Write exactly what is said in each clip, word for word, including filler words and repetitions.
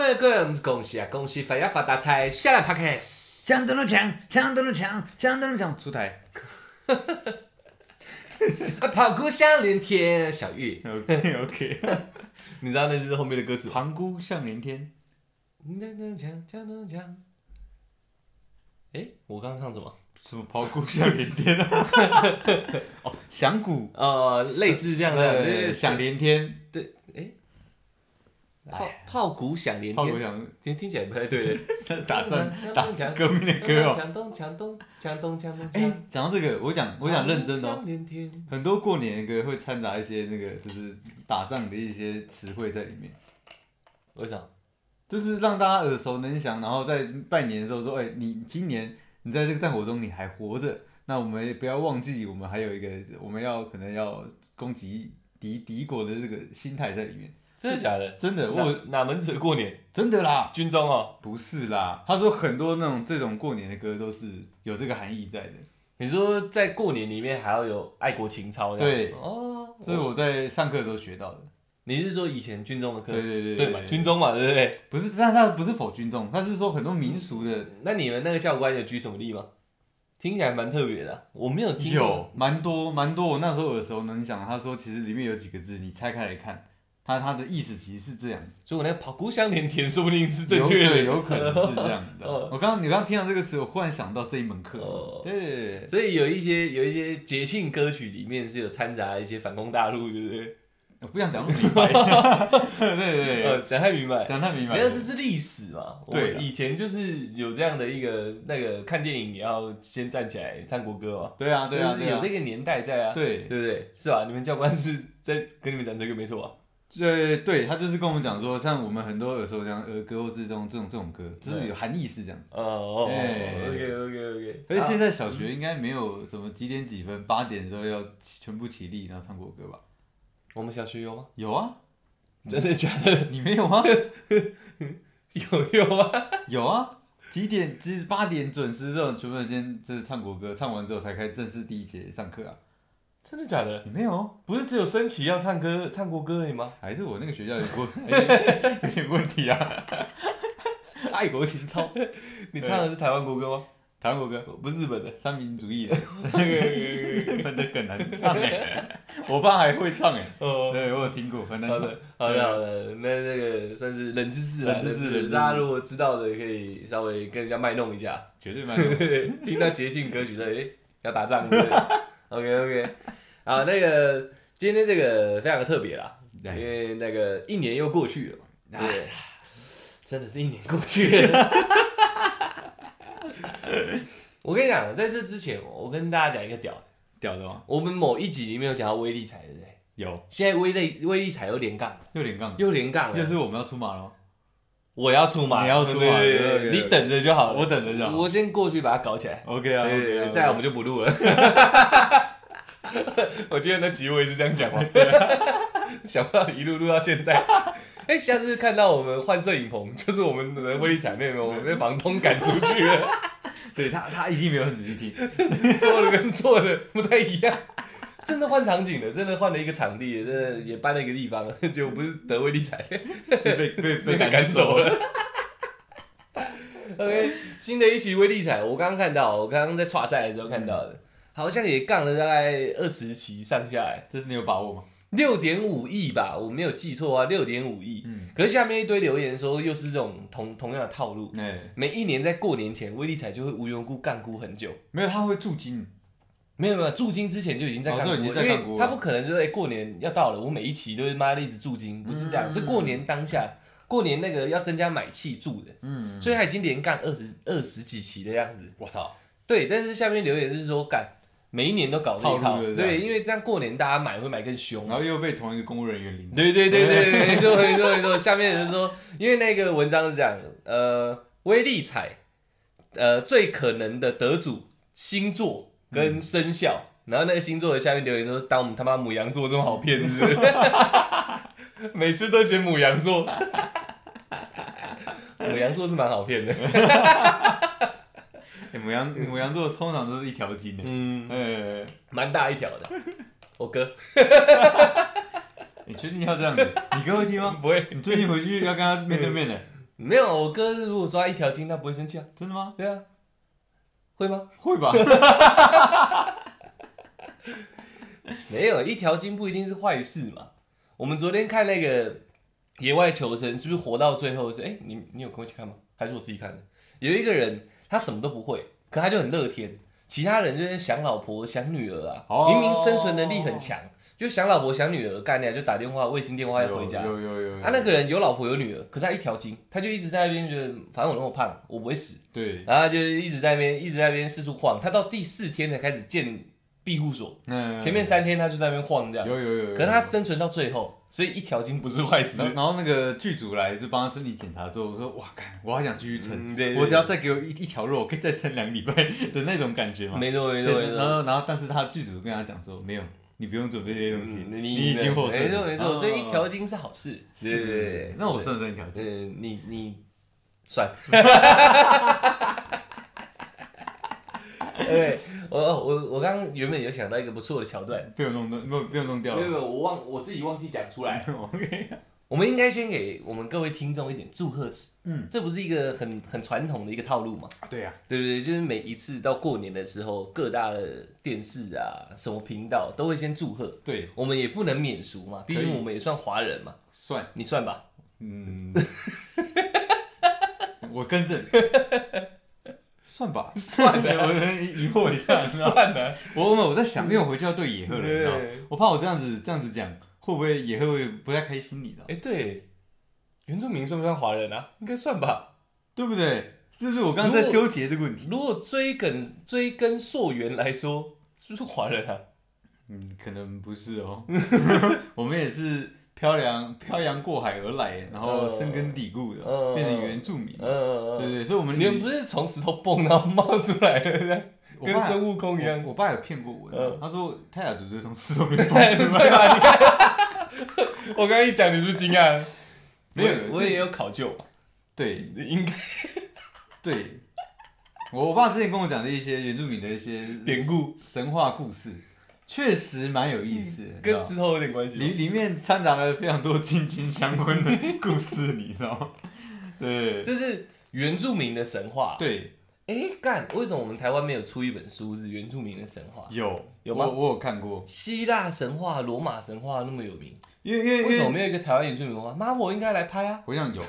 各位各位，我们是恭喜啊，恭喜发呀发大财，下来 Podcast， 枪灯的枪，枪灯的枪，枪灯的枪，出台。 啊，炮鼓响连天，小玉。 OK OK， 你知道那是后面的歌词吗？ 盘古响连天。 锵锵锵锵锵。哎，我刚刚唱什么？ 什么炮鼓响连天啊？哦，响鼓， 呃，类似这样的，对对， 响连天。 对，哎，炮炮鼓响连天， 炮鼓响， 听听起来不太对。 打仗打死革命的歌哦。 强东强东强东强东。 哎，讲到这个，我讲我讲认真的哦。 连天。 很多过年的歌会掺杂一些那个就是打仗的一些词汇在里面。 为啥？ 就是让大家耳熟能详，然后在拜年的时候说，哎，你今年你在这个战火中你还活着，那我们也不要忘记，我们还有一个我们要可能要攻击敌敌国的这个心态在里面。 真的假的？ 真的，我哪门子的过年？ 真的啦， 军中哦， 不是啦。他说很多那种这种过年的歌都是有这个含义在的。 你说在过年里面还要有爱国情操？ 对， 哦， 这是我在上课的时候学到的。 你是说以前军中的课？ 对对对对嘛，军中嘛，对不对？ 不是，但他不是否军中，他是说很多民俗的。 那你们那个教官有举什么例吗？听起来蛮特别的、啊，我没有听过。 有蛮多蛮多，我那时候耳熟能详。他说其实里面有几个字，你拆开来看，他他的意思其实是这样子。 所以我那个跑鼓响连天，说不定是正确的， 对，有可能是这样的。我刚刚你刚刚听到这个词，我忽然想到这一门课。 哦， 对对对。 所以有一些有一些节庆歌曲里面是有掺杂一些反攻大陆，对不对？ 我不想讲那么明白。对对对， 呃，讲太明白， 讲太明白。 没有，这是历史嘛。 对， 以前就是有这样的一个那个看电影也要先站起来唱国歌嘛。 对啊，对啊， 就是有这个年代在啊。 对， 对不对？是吧？你们教官是在跟你们讲这个没错啊。 对对，他就是跟我们讲说，像我们很多耳熟能儿歌或是这种这种这种歌，就是有含义是这样子。 哦哦，OK OK OK。 而且现在小学应该没有什么几点几分，八点的时候要全部起立然后唱国歌吧？ 我们小学有吗？ 有啊， 真的假的？ 你没有吗？ 有有啊， 有啊，几点？其实八点准时这种全部人先就是唱国歌，唱完之后才开正式第一节上课啊。 真的假的？ 你没有？ 不是只有升旗要唱歌、唱国歌而已吗？ 还是我那个学校有过有点问题啊？爱国情操。 你唱的是台湾国歌吗？ 台湾国歌不是日本的， 三民主义的，分的很难唱哎，我爸还会唱哎，对我有听过，很难唱。 好的，好的，好的，那这个算是冷知识冷知识， 大家如果知道的可以稍微跟人家卖弄一下， 绝对卖弄。 听到节庆歌曲的，哎，要打仗，OK OK， 好，那个今天这个非常的特别啦，因为那个一年又过去了嘛，对，真的是一年过去了。我跟你讲，在这之前，我跟大家讲一个屌的， 屌的吗？ 我们某一集里面有讲到威力彩，对不对？ 有。 现在威力威力彩又连杠， 又连杠， 又连杠了， 就是我们要出马了。 我要出马， 你要出马， 你等着就好了， 我等着就好。 我先过去把它搞起来。 OK 啊 ，OK 啊， 再来我们就不录了。我记得那集我也是这样讲嘛，想不到一路录到现在。哎、欸，下次看到我们换摄影棚，就是我们的威力彩妹妹，我们被房东赶出去了。 对他，他一定没有很仔细听， 说的跟做的不太一样。真的换场景了，真的换了一个场地，真的也搬了一个地方了，结果不是得威力彩， 被被被赶走了。OK， 新的一期威力彩，我刚刚看到，我刚刚在跨赛的时候看到的，嗯、好像也杠了大概二十期上下来， 这是你有把握吗？ 六点五亿吧，我没有记错啊，六点五亿。嗯，可是下面一堆留言说，又是这种同同样的套路。欸、每一年在过年前，威力彩就会无缘无故干估很久。 没有，他会驻金。 没有没有，驻金之前就已经在干估了， 哦、因为他不可能就是哎、欸、过年要到了，我每一期都是妈的一直驻金，不是这样，嗯、是过年当下，过年那个要增加买气驻的。嗯，所以他已经连干二十二十几期的样子。我操！对，但是下面留言就是说干。每一年都搞这一套，对，因为这样过年大家买会买更凶， 然后又被同一个公务人员领。 对对对对对，没错没错没错。下面人说，因为那个文章是这样，呃，威力彩，呃，最可能的得主星座跟生肖，嗯、然后那个星座的下面留言说，当我们他妈牡羊座这么好骗，是不是？每次都选牡羊座，牡羊座是蛮好骗的。 牡羊牡羊座通常都是一条筋的，嗯，哎， 蛮大一条的。我哥， 你确定要这样子？你哥会听吗？ 不会。 你最近回去要跟他面对面的？ 没有，我哥如果说他一条筋，他不会生气啊。 真的吗？ 对啊，会吗？ 会吧。 没有，一条筋不一定是坏事嘛。我们昨天看那个野外求生，是不是活到最后是？哎、欸，你你有跟我一起看吗？还是我自己看的？有一个人他什么都不会，可他就很乐天。其他人就是想老婆想女儿啊，哦、明明生存能力很强，就想老婆想女儿，干掉就打电话卫星电话要回家。 有有有 有, 有。 啊，那个人有老婆有女儿，可是他一条筋，他就一直在那边觉得，反正我那么胖，我不会死。 对。 然后就一直在那边一直在那边四处晃，他到第四天才开始建庇护所。嗯。前面三天他就在那边晃这样。 有有 有, 有, 有。 可是他生存到最后，所以一条筋不是坏事。 然后那个剧组来就帮他身体检查之后，我说哇，干，我还想继续撑、 嗯，对对对， 我只要再给我一一条肉，我可以再撑两个礼拜的那种感觉嘛。 没错没错没错。 然后然后但是他剧组跟他讲说没有。你不用准备这些东西， 嗯、 你已经获胜。 没错没错，所以一条筋是好事。对对对， 那我算不算一条筋？ 呃，你你算。对，我我我刚刚原本有想到一个不错的桥段， 被我弄弄被我弄掉了。 没有没有，我忘我自己忘记讲出来。我们应该先给我们各位听众一点祝贺词，嗯，这不是一个很很传统的一个套路嘛？ 对呀、啊， 对对对，就是每一次到过年的时候，各大的电视啊，什么频道都会先祝贺。 对， 我们也不能免俗嘛，毕竟我们也算华人嘛。 算， 你算吧。 嗯，我更正。算吧， 算了， 我疑惑一下， 算了。 我我在想，因为我回去要对野鹤了，你知道，我怕我这样子这样子讲。会不会也会不太开心？你知道？ 哎、欸，对，原住民算不算华人啊？应该算吧， 对不对？是不是我刚刚在纠结这个问题？ 如果追根追根溯源来说，是不是华人啊？ 嗯，可能不是哦。我们也是漂洋漂洋过海而来，然后深根蒂固的，呃、变成原住民。嗯嗯嗯，对对，所以我们你们不是从石头蹦然后冒出来的，跟孙悟空一样。 我, 我爸有骗过我，嗯、他说泰雅族就是从石头里面蹦出来。 对吧？你看。我刚刚一讲，你是不是惊讶？ 没有， 我也有考究。 对， 应该。 对，我爸之前跟我讲的一些原住民的一些典故、 神话故事，确实蛮有意思的， 嗯、跟石头有点关系。 里里面掺杂了非常多近亲相关的故事，你知道吗？对， 这是原住民的神话。 对。 哎，干！为什么我们台湾没有出一本书是原住民的神话？ 有有吗？ 我, 我有看过。 希腊神话、罗马神话那么有名， 因为因为为什么没有一个台湾原住民文化？妈，我应该来拍啊！ 我想有，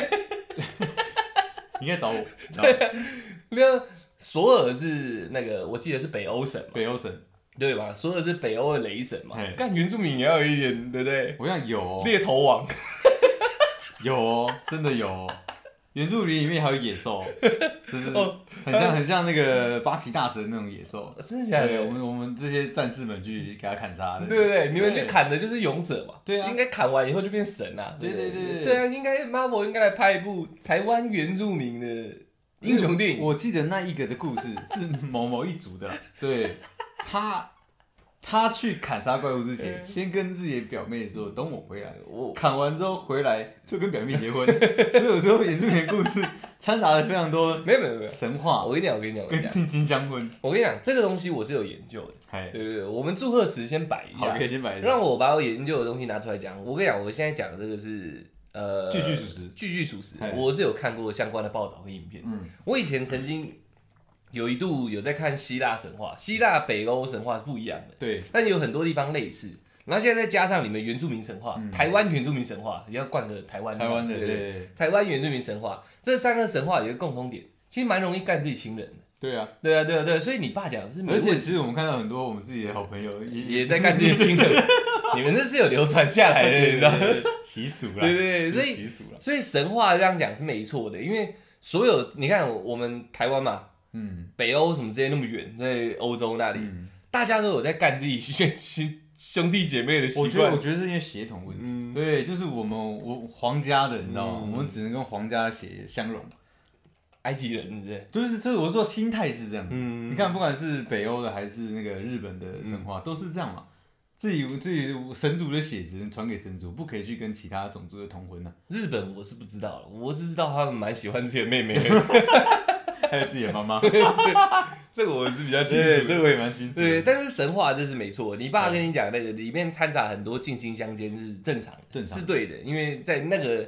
你应该找我。 那个索尔是那个，我记得是北欧神嘛， 北欧神对吧？索尔是北欧的雷神嘛，干原住民也要有一点，对不对？ 我想有、哦、 猎头王， 有哦，真的有、哦。原住民里面还有野兽，就是很像很像那个八岐大神那种野兽， 真的假的？ 对，我们我们这些战士们去给他砍杀的， 对不对？你们就砍的就是勇者嘛， 对啊， 应该砍完以后就变神啊， 对对对对啊，应该 Marvel 应该来拍一部台湾原住民的英雄电影。 我记得那一个的故事是某某一族的，对他。他去砍杀怪物之前，先跟自己的表妹说：“等我回来。”我砍完之后回来就跟表妹结婚。所以有时候原住民的故事掺杂了非常多， 没有没有没有神话。 我跟你讲，我跟你讲， 跟近亲相婚。 我跟你讲，这个东西我是有研究的。对对对，我们祝贺词先摆一下， 好，可以先摆一下。 让我把我研究的东西拿出来讲。我跟你讲，我现在讲的这个是呃， 句句属实， 句句属实。我是有看过相关的报道和影片。嗯，我以前曾经。有一度有在看希腊神话，希腊北欧神话是不一样的， 对， 但有很多地方类似。然后现在再加上你们原住民神话，嗯、台湾原住民神话，也要冠个台湾， 台湾的对对对，台湾原住民神话，这三个神话有一个共通点，其实蛮容易干自己亲人的。 对啊， 对啊，对啊，对啊，所以你爸讲的是没问题，而且其实我们看到很多我们自己的好朋友也也在干自己亲人，你们这是有流传下来的，你知道习俗啦， 对对对，所以所以神话这样讲是没错的，因为所有你看我们台湾嘛。嗯，北欧什么之类那么远，在欧洲那里，嗯、大家都有在干自己兄兄弟姐妹的习惯。 我觉得，我觉得是因为血统问题。嗯、对，就是我们我皇家的，你知道吗？嗯、我们只能跟皇家血相融。 埃及人，对不对？ 就是这，我说心态是这样子。嗯、你看，不管是北欧的还是那个日本的神话，嗯、都是这样嘛。自己自己神族的血只能传给神族，不可以去跟其他种族的通婚呢、啊。 日本我是不知道了，我只知道他们蛮喜欢自己的妹妹的。 还有自己的妈妈， 这个我是比较清楚的， 这个我也蛮清楚的。 对，但是神话这是没错，你爸跟你讲那个里面掺杂很多近亲相奸是正常， 正常是对的，因为在那个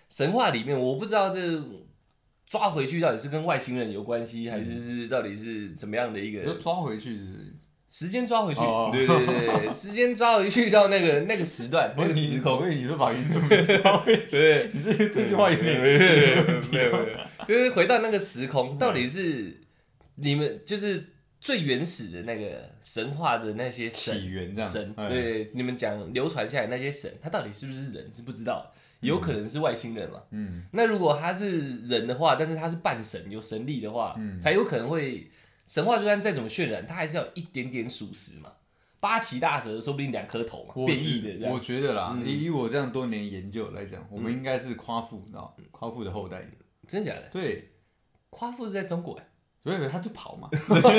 神话里面，我不知道这抓回去到底是跟外星人有关系，还是是到底是怎么样的一个？ 就抓回去是时间抓回去， 哦对对对对，时间抓回去到那个那个时段，那个时空。 我跟你说把原住民抓回去， 对， 你这这句话有点没有没有没有，就是回到那个时空，到底是你们就是最原始的那个神话的那些神起源这样神， 哎对，你们讲流传下来那些神，他到底是不是人是不知道的，有可能是外星人嘛。 嗯， 那如果他是人的话，但是他是半神，有神力的话， 嗯才有可能会神话就算再怎么渲染，它还是要有一点点属实嘛。八岐大蛇说不定两颗头嘛， 我变异的这样。 我觉得啦， 嗯以以我这样多年研究来讲，我们应该是夸父，你知道，夸父的后代。 真的假的？ 对， 夸父是在中国哎。 所以他就跑嘛。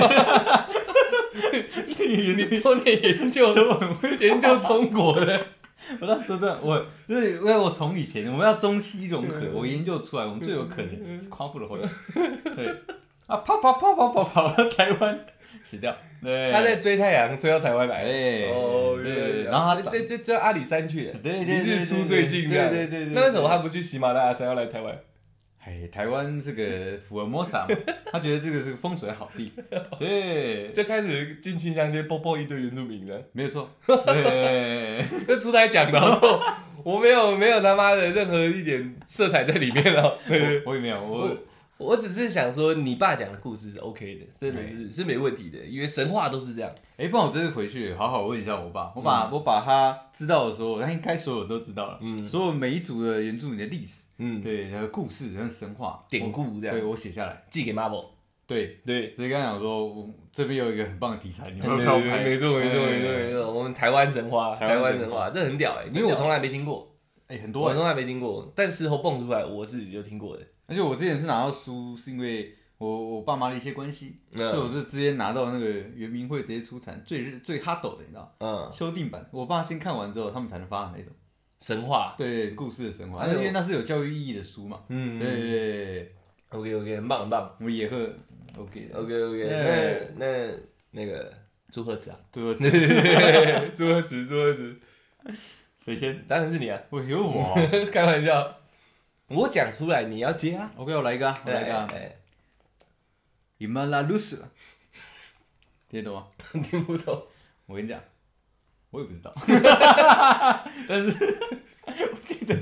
你多年研究都很会研究中国的， 我说真的，我就是因为我从以前我们要中西融合，我研究出来，我们最有可能是夸父的后代。对啊，跑跑跑跑跑跑到台湾死掉。对， 他在追太阳，追到台湾来。 哎哦， 对， 然然后他后这这追到阿里山去了， 对对离日出最近这样。 对对对对。 那为什么他不去喜马拉雅山，要来台湾？ 哎，台湾这个福尔摩沙嘛，他觉得这个是个风水好地。对， 就开始进清香街，啵啵一堆原住民的。 没有错。对， 这出台讲的哦，我没有没有他妈的任何一点色彩在里面哦。 我我也没有，我我只是想说，你爸讲的故事是 OK 的，真的是是没问题的，因为神话都是这样。 哎，不然我这次回去好好问一下我爸，我把、嗯、我把他知道的时候，他应该所有都知道了，嗯，所有每一族的原住民的历史，嗯，对，然后故事，然后神话典故这样， 对我写下来， 寄给 Marvel。 对对， 所以刚才讲说，我这边有一个很棒的题材，你们没错没错没错没错，我们台湾神话，台湾神话，这很屌哎，因为我从来没听过， 哎，很多我从来没听过，但事后蹦出来，我是有听过的。 而且我之前是拿到书，是因为我我爸妈的一些关系，所以我就直接拿到那个原民会直接出产最最 hard 的，你知道？嗯，修订版，我爸先看完之后，他们才能发的那种神话， 对，故事的神话，因为那是有教育意义的书嘛。嗯，对对对 ，OK OK， 很棒很棒， 我们也会 OK 的 OK OK， 那那那个祝贺词啊， 祝贺词， 祝贺词祝贺词， 谁先？ 当然是你啊， 我有我， 开玩笑。我讲出来，你要接啊。 OK， 我来一个、啊，我来一个、啊。伊玛拉鲁斯，听得懂吗？ 听不懂。 我跟你讲，我也不知道。但是我记得，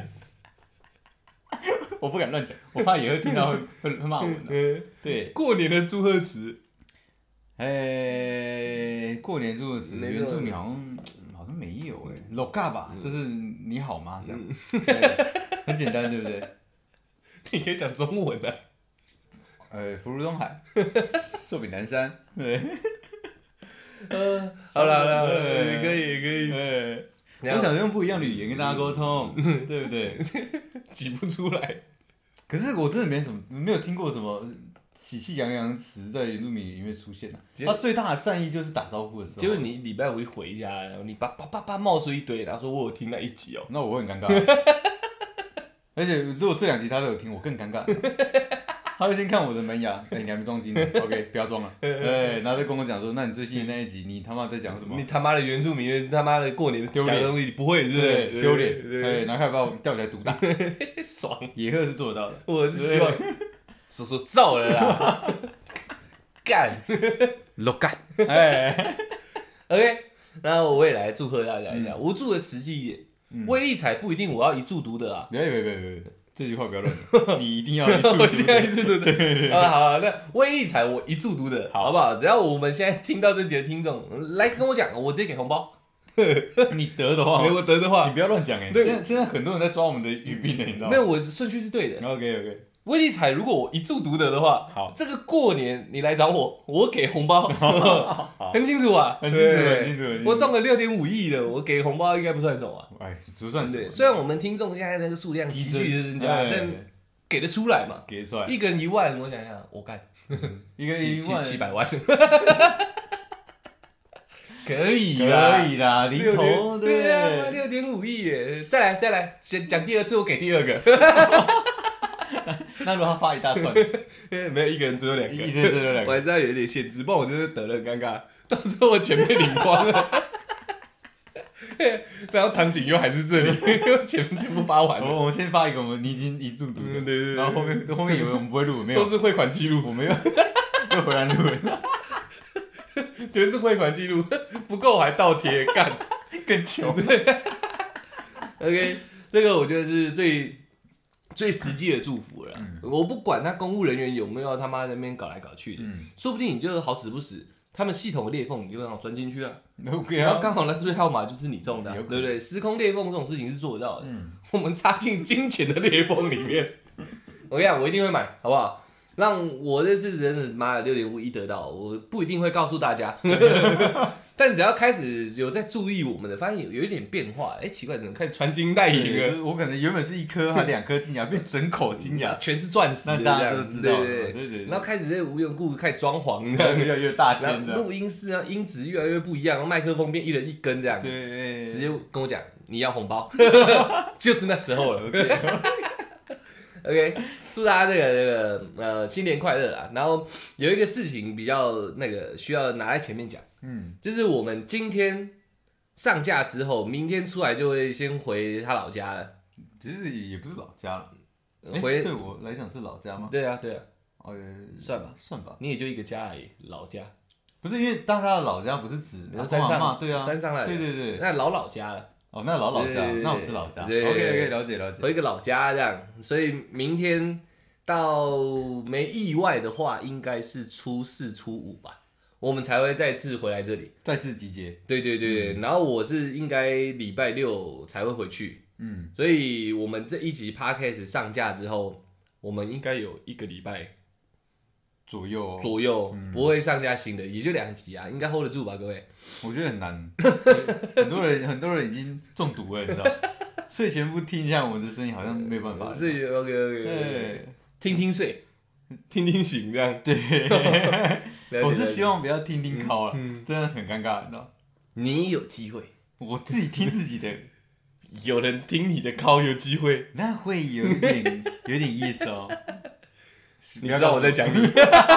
我不敢乱讲，我怕以后听到会会会骂我的。对， 过年的祝贺词。 哎、欸，过年祝贺词，原住民好像好像没有哎、欸，老嘎吧，就是你好吗？这样，嗯、很简单，对不对？ 你可以讲中文的、啊。 呃，福如东海，寿比南山，对。 呃，好了好了，可以可以。 我想用不一样的语言跟大家沟通，对不对？ 挤不出来。 可是我真的没什么，没有听过什么喜气洋洋词在原住民里面出现啊。他最大的善意就是打招呼的时候。 结果你礼拜五一回家，然后你叭叭叭叭冒出一堆，然后说我有听那一集哦， 那我会很尴尬。而且如果这两集他都有听，我更尴尬。他会先看我的门牙，哎、欸，你还没装金，OK， 不要装了。对，然后再跟我讲说，那你最新的那一集，你他妈在讲什么？ 你他妈的原住民，他妈的过年讲的东西，你不会是不是？ 丢脸，对，然后开始把我吊起来毒打， 爽。 野鹤是做得到的， 我是希望叔叔造了啦，干， 老干，哎 ，OK， 那我也来祝贺大家一下，我祝的实际一点，威力彩不一定我要一注独得啊， 别别别别别。这句话不要乱讲，你一定要一注独得。 一定要一注独得。好了好了，那威力彩我一注独得，好不好？只要我们现在听到这集的听众来跟我讲，我直接给红包。 你得的话， 我得的话， 你不要乱讲哎。现在现在很多人在抓我们的语病呢，你知道吗？ 没有，我顺序是对的。 OK OK。 威力彩如果我一注独得的话， 好， 这个过年你来找我，我给红包，很清楚啊， 很清楚，很清楚。 我中了六点五亿的，我给红包应该不算什么。 哎，不算什么。 虽然我们听众现在那个数量急剧增加，但给得出来嘛？ 给得出来， 一个人一万，我想想，我干， 一个人一万， 七百万，可以啦，可以啦，零头对啊，六点五亿耶！再来再来，先讲第二次，我给第二个。 那如果他发一大串， 没有一个人只有两个， 一个人只有两个， 我还是要有一点限制，不然我真的得了很尴尬，到时候我钱被领光了。 然后场景又还是这里，前面全部发完了。 我我先发一个，我们你已经已中毒的， 对对对， 然后后面后面以为我们不会录，没有， 都是汇款记录， 我没有，又回来录了， 全是汇款记录，不够还倒贴，干更穷。 OK， 这个我觉得是最最实际的祝福了啦、 嗯。 我不管他公务人员有没有他妈在那边搞来搞去的， 嗯， 说不定你就是好死不死，他们系统的裂缝你就刚好钻进去了， OK 然后啊， 刚好那最号码就是你中的啊、 有可能对不对？时空裂缝这种事情是做得到的， 嗯， 我们插进金钱的裂缝里面。我跟你讲，我一定会买，好不好？让我这次真的妈的六点五一得到，我不一定会告诉大家，但只要开始有在注意我们的，发现有有一点变化，哎、欸，奇怪，怎么开始穿金戴银了？ 我可能原本是一颗还两颗金牙，变整口金牙， 全是钻石， 那大家都知道了， 对对对对。 然后开始在无缘故开始装潢， 越来越大间的， 录音室啊，音质越来越不一样，然后麦克风变一人一根这样， 对， 直接跟我讲你要红包，就是那时候了。OK， 祝大家这个这个呃新年快乐啦！然后有一个事情比较那个需要拿在前面讲，嗯，就是我们今天上架之后，明天出来就会先回他老家了。 其实也不是老家了， 回对我来讲是老家吗？ 对啊，对啊， 哦， 算吧， 算吧， 你也就一个家而已，老家。 不是因为当他的老家不是指山上嘛？对啊， 山上来的， 对对对， 那老老家了。 哦，那老老家，那我是老家。OK OK， 了解了解。 回一个老家这样，所以明天到没意外的话，应该是初四初五吧，我们才会再次回来这里， 再次集结。 对对对、嗯、然后我是应该礼拜六才会回去，嗯，所以我们这一集 Podcast 上架之后，我们应该有一个礼拜左右、哦、 左右、嗯、不会上架新的，也就两集啊，应该 hold 得住吧，各位？ 我觉得很难，很多人很多人已经中毒了，你知道？睡前不听一下我们的声音，好像没有办法。 是 OK OK， 对，听听睡，听听醒这样。 对，我是希望不要听听靠了，嗯、真的很尴尬，你知道？ 你有机会， 我自己听自己的， 有人听你的靠有机会， 那会有点有点意思哦。 你知道我在讲你，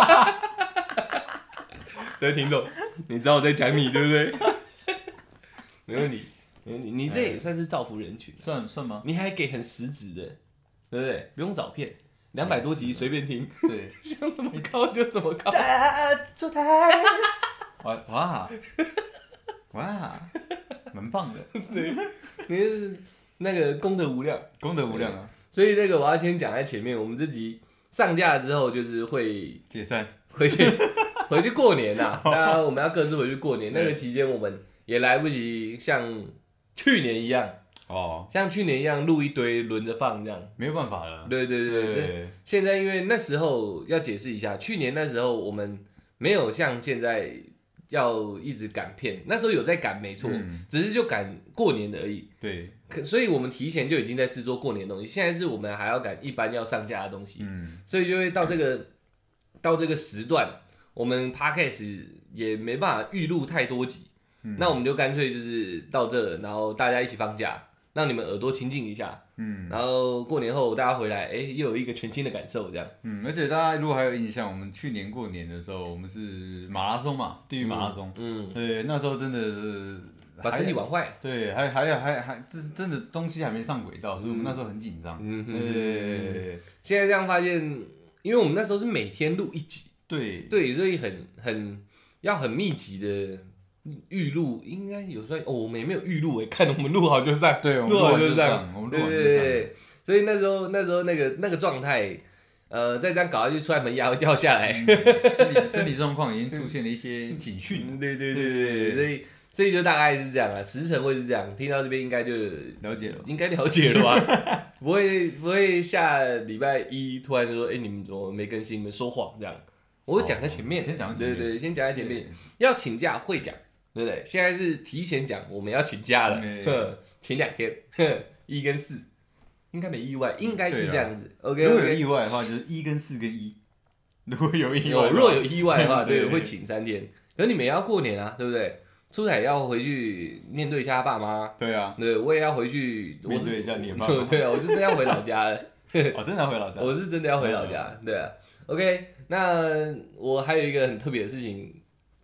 各位听众，你知道我在讲你对不对？没问题，没问题，你这也算是造福人群， 算算吗？ 你还给很实质的，对不对？不用找片，两百多集随便听， 对， 想怎么靠就怎么靠。 坐台，哇哇哇，蛮棒的， 对，你是那个功德无量， 功德无量啊！ 所以这个我要先讲在前面，我们这集上架之后就是会解散， 回去回去过年呐、啊，大家我们要各自回去过年。那个期间我们也来不及像去年一样哦，像去年一样录一堆轮着放这样， 没有办法了。 对对对对，对现在因为那时候要解释一下，去年那时候我们没有像现在要一直赶片，那时候有在赶没错、嗯，只是就赶过年而已。 对。 所以我们提前就已经在制作过年的东西，现在是我们还要赶一般要上架的东西，嗯、所以就会到这个到这个时段，我们 Podcast 也没办法预录太多集、嗯，那我们就干脆就是到这，然后大家一起放假，让你们耳朵清静一下，嗯，然后过年后大家回来，哎、欸，又有一个全新的感受，这样， 嗯，而且大家如果还有印象，我们去年过年的时候，我们是马拉松嘛，地狱马拉松，嗯，嗯对，那时候真的是。 把身体玩坏， 对，还还还还，这真的东西还没上轨道，所以我们那时候很紧张。嗯对，现在这样发现，因为我们那时候是每天录一集， 对对，所以很很要很密集的预录，应该有算哦，我们也没有预录诶，看我们录好就上， 对， 录好就上， 我们录完就上。对， 所以那时候那时候那个那个状态，呃，再这样搞下去，出来门牙会掉下来， 嗯、身体身体状况已经出现了一些警讯。 对对对对，所以。所以就大概是这样了，时程会是这样，听到这边应该就了解了， 应该了解了吧？不会不会下礼拜一突然就说，哎、欸，你们怎么没更新？你们说谎这样？我会讲在前面， 哦、先讲前面，对对，先讲在前面。要请假会讲，对不对？现在是提前讲，我们要請假了，呵，请两天，呵，一跟四，应该没意外，应該是這樣子。OK， 如果有意外的話，就是一跟四跟一。如果有意外， 有如果有意外的話，對，會請三天。可是你們也要過年啊，對不對？出差也要回去面對一下爸媽。 對啊， 對，我也要回去面對一下你爸媽。 對啊，我是真的要回老家了。 哦，真的要回老家。 我是真的要回老家，對啊。OK，那我還有一個很特別的事情，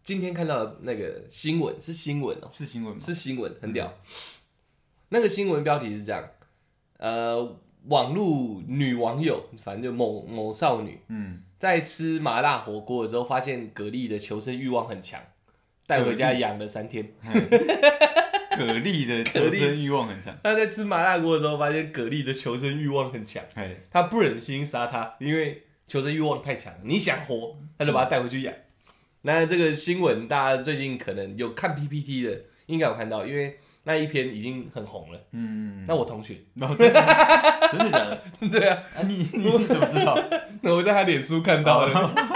今天看到那个新闻是新闻哦， 是新闻吗？ 是新闻，很屌。嗯、那个新闻标题是这样，呃，网络女网友，反正就某某少女，嗯，在吃麻辣火锅的时候，发现蛤蜊的求生欲望很强，带回家养了三天。 蛤蜊的求生欲望很强。 他在吃麻辣锅的时候，发现蛤蜊的求生欲望很强，他不忍心杀它，因为求生欲望太强，你想活，他就把它带回去养。嗯、那这个新闻大家最近可能有看 P P T 的，应该有看到，因为那一篇已经很红了。嗯，那我同学， 真的假的？ 对啊， 啊你你你怎么知道？ 那我在他脸书看到的。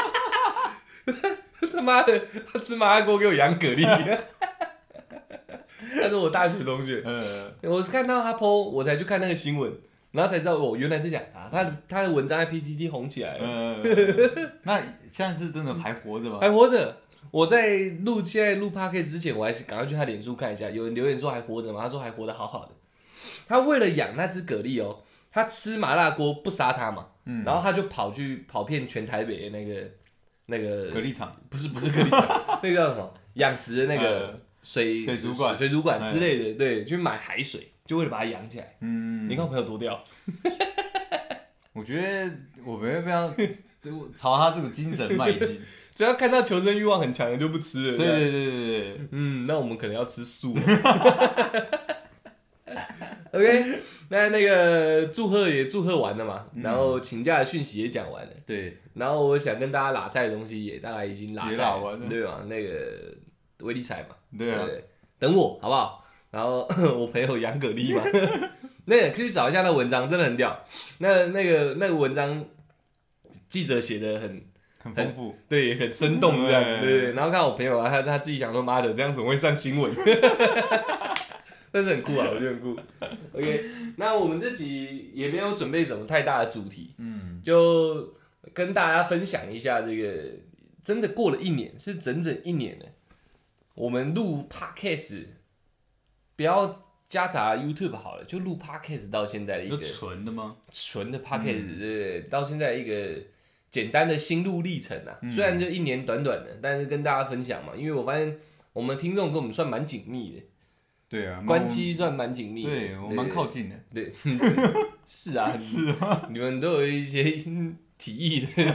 他妈的，他吃麻辣锅给我养蛤蜊。他是我大学同学，嗯、我是看到他 po， 我才去看那个新闻，然后才知道我、哦、原来在讲他，他他的文章在 P T T 红起来了。 嗯、那现在是真的还活着吗？ 还活着。我在录现在录 podcast 之前，我还是赶快去他脸书看一下，有人留言说还活着吗？他说还活得好好的。他为了养那只蛤蜊哦，他吃麻辣锅不杀它嘛，嗯、然后他就跑去跑遍全台北的那个那个蛤蜊场， 不是不是蛤蜊场，那个叫什么养殖的那个。嗯水水族馆、 水族馆之类的，对，去买海水，就为了把它养起来。嗯，你看我朋友多屌。 我觉得我们要不要朝他这个精神迈进？ 只要看到求生欲望很强的就不吃了。 对对对对对， 嗯，那我们可能要吃素。OK， 那那个祝贺也祝贺完了嘛，然后请假的讯息也讲完了。 对， 然后我想跟大家拉菜的东西也大概已经拉菜完了， 对吧？那个威力彩嘛。 对啊， 对，等我好不好？然后我朋友养蛤蜊嘛，那个可以去找一下那文章，真的很屌。那那个那个文章，记者写的很很丰富， 对，很生动这样，对对对。然后看我朋友啊，他他自己想说，妈的，这样总会上新闻，但是很酷啊，我觉得很酷。OK， 那我们这集也没有准备什么太大的主题，嗯，就跟大家分享一下这个，真的过了一年，是整整一年了。我们录 podcast， 不要夹杂 YouTube 好了，就录 podcast 到现在的一个纯的吗？ 纯的 podcast，、嗯、对，到现在一个简单的心路历程啊。嗯、虽然就一年短短的，但是跟大家分享嘛，因为我发现我们听众跟我们算蛮紧密的。 对啊， 关系算蛮紧密的。 对，我蛮靠近的。 对，是啊， 是啊， 你们都有一些提议的。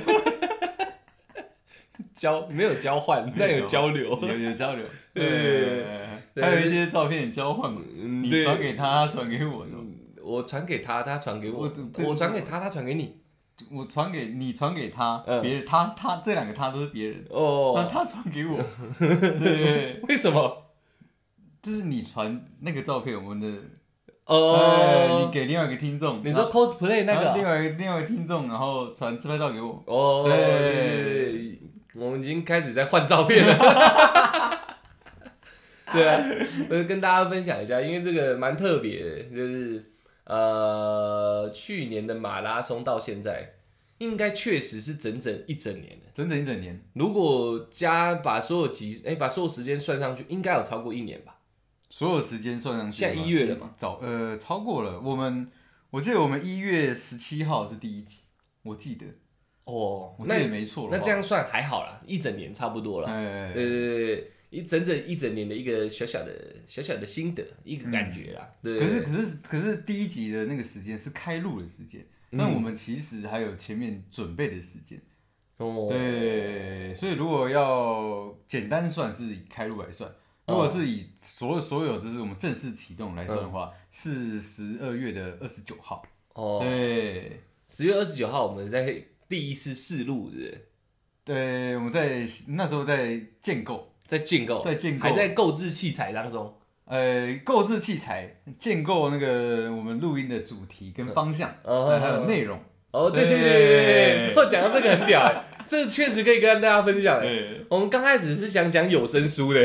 交没有交换，但有交流， 有有交流，对，还有一些照片交换嘛，你传给他，他传给我， 我传给他，他传给我，我传给他，他传给你， 我传给你，传给他，别人他他这两个他都是别人，哦，那他传给我，对， 为什么？ 就是你传那个照片，我们的。哦，你给另外一个听众， 你说 cosplay 那个， 另外一个另外一个听众，然后传自拍照给我。 哦，对，我们已经开始在换照片了。对啊，我就跟大家分享一下，因为这个蛮特别的，就是呃，去年的马拉松到现在，应该确实是整整一整年了， 整整一整年。 如果加把所有集，哎、欸，把所有时间算上去，应该有超过一年吧。 所有时间算上去， 现在一月了嘛？ 早呃超过了。我们我记得我们一月十七号是第一集，我记得。 哦， 我记得没错。 那这样算还好啦，一整年差不多了。对对对对，一整整一整年的一个小小的小小的心得，一个感觉啦。对。 可是可是可是第一集的那个时间是开录的时间，但我们其实还有前面准备的时间。哦。对，所以如果要简单算，是以开录来算。如果是以所有所有就是我们正式启动来算的话，嗯、是十二月的二十九号。哦，对， 十月二十九号我们在第一次试录，对不对？ 对，我们在那时候在建构， 在建构， 在建构， 还在购置器材当中。 呃，购置器材，建构那个我们录音的主题跟方向，嗯、还有内容。 哦，对对对对对，我讲到这个很屌哎，这确实可以跟大家分享哎。我们刚开始是想讲有声书的，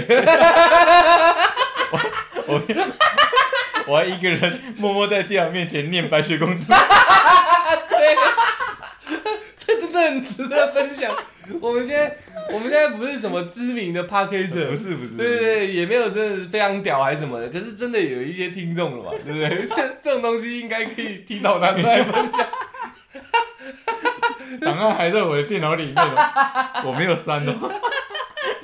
我我我还一个人默默在电脑面前念白雪公主。 对，这真的很值得分享。我们现在我们现在不是什么知名的 podcaster， 不是不是， 对对对，也没有真的非常屌还是什么的，可是真的有一些听众了嘛，对不对？这这种东西应该可以提早拿出来分享。 档案还在我的电脑里面，我没有删哦。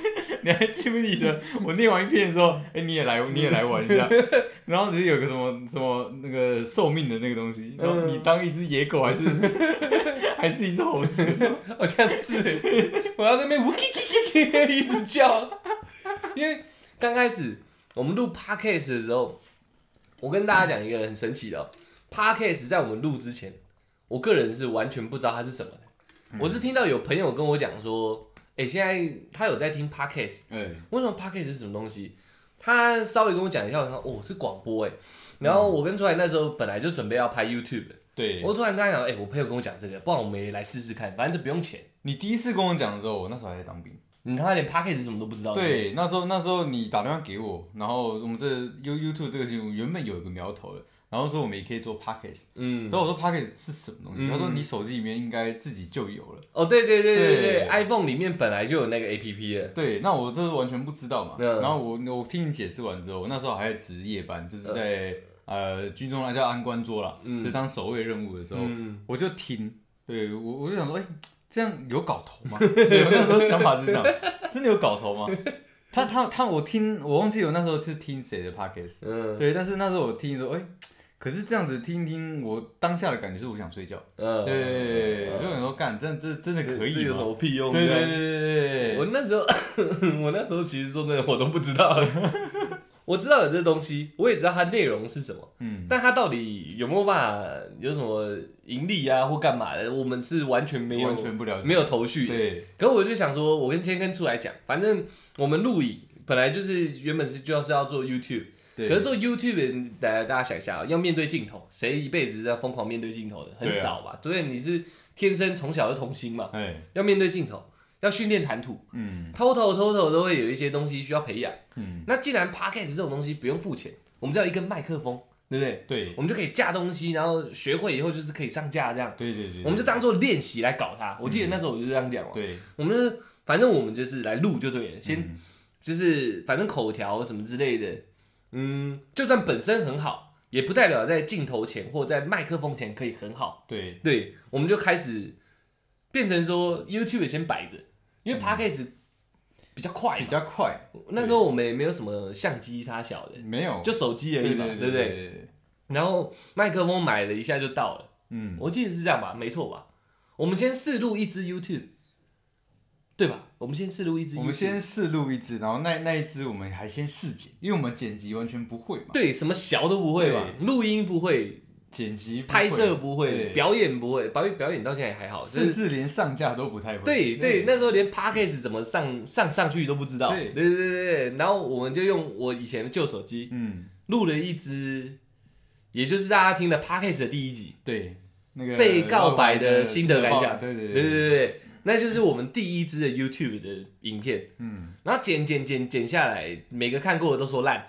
你还记不记得我念完一篇的时候，哎、欸，你也来，你也来玩一下，然后就是有个什么什么那个寿命的那个东西，然后你当一只野狗还是还是一只猴子？ 好像是欸，我要在那边呜叽叽叽一直叫，因为刚开始我们录 podcast 的时候，我跟大家讲一个很神奇的、喔、podcast 在我们录之前，我个人是完全不知道它是什么的。嗯、我是听到有朋友跟我讲说，哎、欸，现在他有在听 podcast， 哎，为什么 podcast 是什么东西？他稍微跟我讲一下，我说哦是广播哎、欸，然后我跟出来那时候本来就准备要拍 YouTube 的， 对， 我突然跟他讲，哎、欸，我朋友跟我讲这个，不然我们也来试试看，反正这不用钱。 你第一次跟我讲的时候，我那时候还在当兵， 你他妈连 podcast 什么都不知道。 对，那时候那时候你打电话给我，然后我们这 YouTube 这个节目原本有一个苗头的。然后说我们也可以做 podcast， 嗯，然后我说 podcast 是什么东西？嗯、他说你手机里面应该自己就有了。哦， 对对对对对 ，iPhone 里面本来就有那个 A P P 的。 对，那我这是完全不知道嘛。嗯、然后我我听你解释完之后，我那时候还在值夜班，就是在、嗯、呃军中那叫安官桌啦，嗯、就是当守卫任务的时候，嗯、我就听，对我我就想说，哎、欸，这样有搞头吗？对，我那时候想法是这样，真的有搞头吗？他他他，我听我忘记我那时候是听谁的 podcast， 嗯，对，但是那时候我听说，哎、欸。可是这样子听听，我当下的感觉是我想睡觉。嗯，对，我就想说，干，真这真的可以吗？ 这有什么屁用？ 对对对对对。 我那时候，我那时候其实说真的，我都不知道。我知道有这东西，我也知道它内容是什么，嗯，但它到底有没有办法有什么盈利啊或干嘛的，我们是完全没有， 完全不了解， 没有头绪的。对。可我就想说，我跟先跟出来讲，反正我们录影本来就是原本是就要是要做 YouTube。可是做 YouTube， 大家大家想一下，要面对镜头，谁一辈子在疯狂面对镜头的？很少吧？对、啊，你是天生从小就童星嘛，要面对镜头，要训练谈吐，嗯，偷偷偷偷都会有一些东西需要培养，嗯，那既然 Podcast 这种东西不用付钱，我们只要一根麦克风，对不对？对，我们就可以架东西，然后学会以后就是可以上架这样， 对对 对, 对， 我们就当做练习来搞它。我记得那时候我就这样讲嘛，对，我们就是反正我们就是来录就对了，先、嗯、就是反正口条什么之类的。嗯，就算本身很好，也不代表在镜头前或在麦克风前可以很好。对对，我们就开始变成说 YouTube 先摆着，因为 Podcast 比较快， 比较快。 那时候我们也没有什么相机差小的， 没有， 就手机而已嘛，对不对？对。然后麦克风买了一下就到了，嗯，我记得是这样吧，没错吧？我们先试录一支 YouTube。对吧？我们先试录一支， 我们先试录一支，然后那那一支我们还先试剪，因为我们剪辑完全不会嘛。 对，什么小都不会嘛，录音不会， 剪辑、 拍摄不会，表演不会，表演表演到现在还好， 甚至连上架都不太会。 对对，那时候连 Podcast 怎么上上上去都不知道。对对对对，然后我们就用我以前的旧手机，嗯，录了一支，也就是大家听的 Podcast 的第一集， 对，那个被告白的心得感想， 对对对对对对。那就是我们第一支的 YouTube 的影片，嗯，然后剪剪剪剪下来，每个看过的都说烂，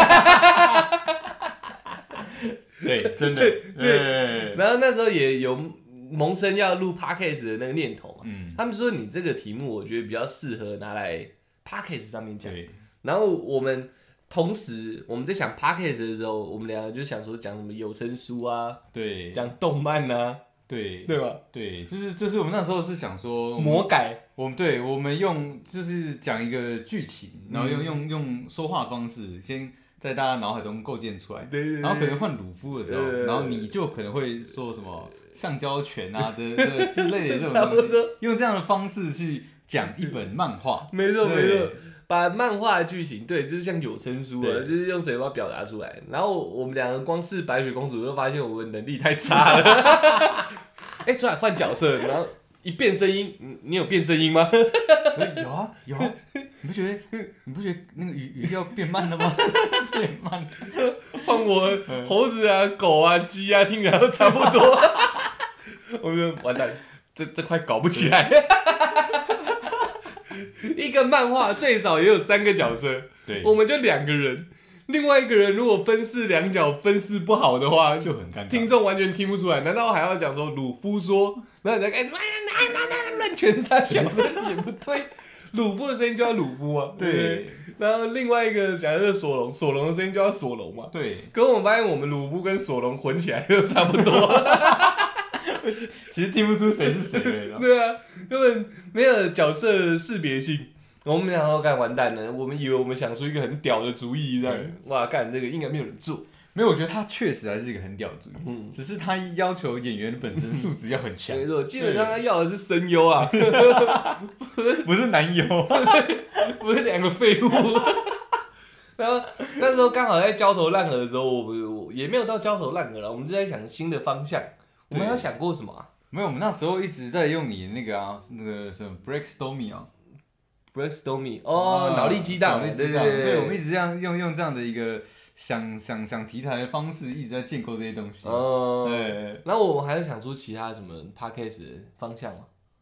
对，真的， 对对。然后那时候也有萌生要录 Podcast 的那个念头嘛，嗯，他们说你这个题目我觉得比较适合拿来 Podcast 上面讲，然后我们同时我们在想 Podcast 的时候，我们两个就想说讲什么有声书啊，对，讲动漫啊。 对对吧？ 对，就是就是我们那时候是想说魔改， 我们对我们用就是讲一个剧情，然后用、嗯、用用说话方式先在大家脑海中构建出来，对对对，然后可能换鲁夫的时候，对对对，然后你就可能会说什么橡胶拳啊的的之类的这种东西，用这样的方式去讲一本漫画， 没错没错。把漫画的剧情，对，就是像有声书啊，就是用嘴巴表达出来。然后我们两个光是白雪公主就发现我们能力太差了。哎、欸，出来换角色，然后一变声音，你有变声音吗？ 有啊有啊，你不觉得你不觉得那个语语调变慢了吗？变慢。 换我猴子啊、狗啊、鸡啊，听起来都差不多。我们就完蛋了，这这块搞不起来。一个漫画最少也有三个角色，对，我们就两个人，另外一个人如果分饰两角分饰不好的话， 就很尴尬， 听众完全听不出来。难道还要讲说鲁夫说，然后你再哎妈呀，那那那乱拳杀小的也不对，鲁夫的声音就要鲁夫啊，对，对，然后另外一个假设是索隆，索隆的声音就要索隆嘛，对。可我们发现我们鲁夫跟索隆混起来都差不多。 其实听不出谁是谁了， 对啊，根本没有角色识别性。 我们想说干完蛋了，我们以为我们想出一个很屌的主意，这样哇干这个应该没有人做。 没有，我觉得他确实还是一个很屌的主意， 嗯， 只是他要求演员本身素质要很强。 没错，基本上他要的是声优啊， 不是男优， 不是两个废物。然后那时候刚好在焦头烂额的时候，我我也没有到焦头烂额了，我们就在想新的方向。我们有想过什么啊？ 没有，我们那时候一直在用你那个啊，那个什么 brainstorming 啊 ，brainstorming 哦，脑、啊、力激荡， 脑力激荡，对，我们一直这样用用这样的一个想想想题材的方式，一直在建构这些东西。哦，对。 然后我们还是想出其他什么 podcast 的方向吗？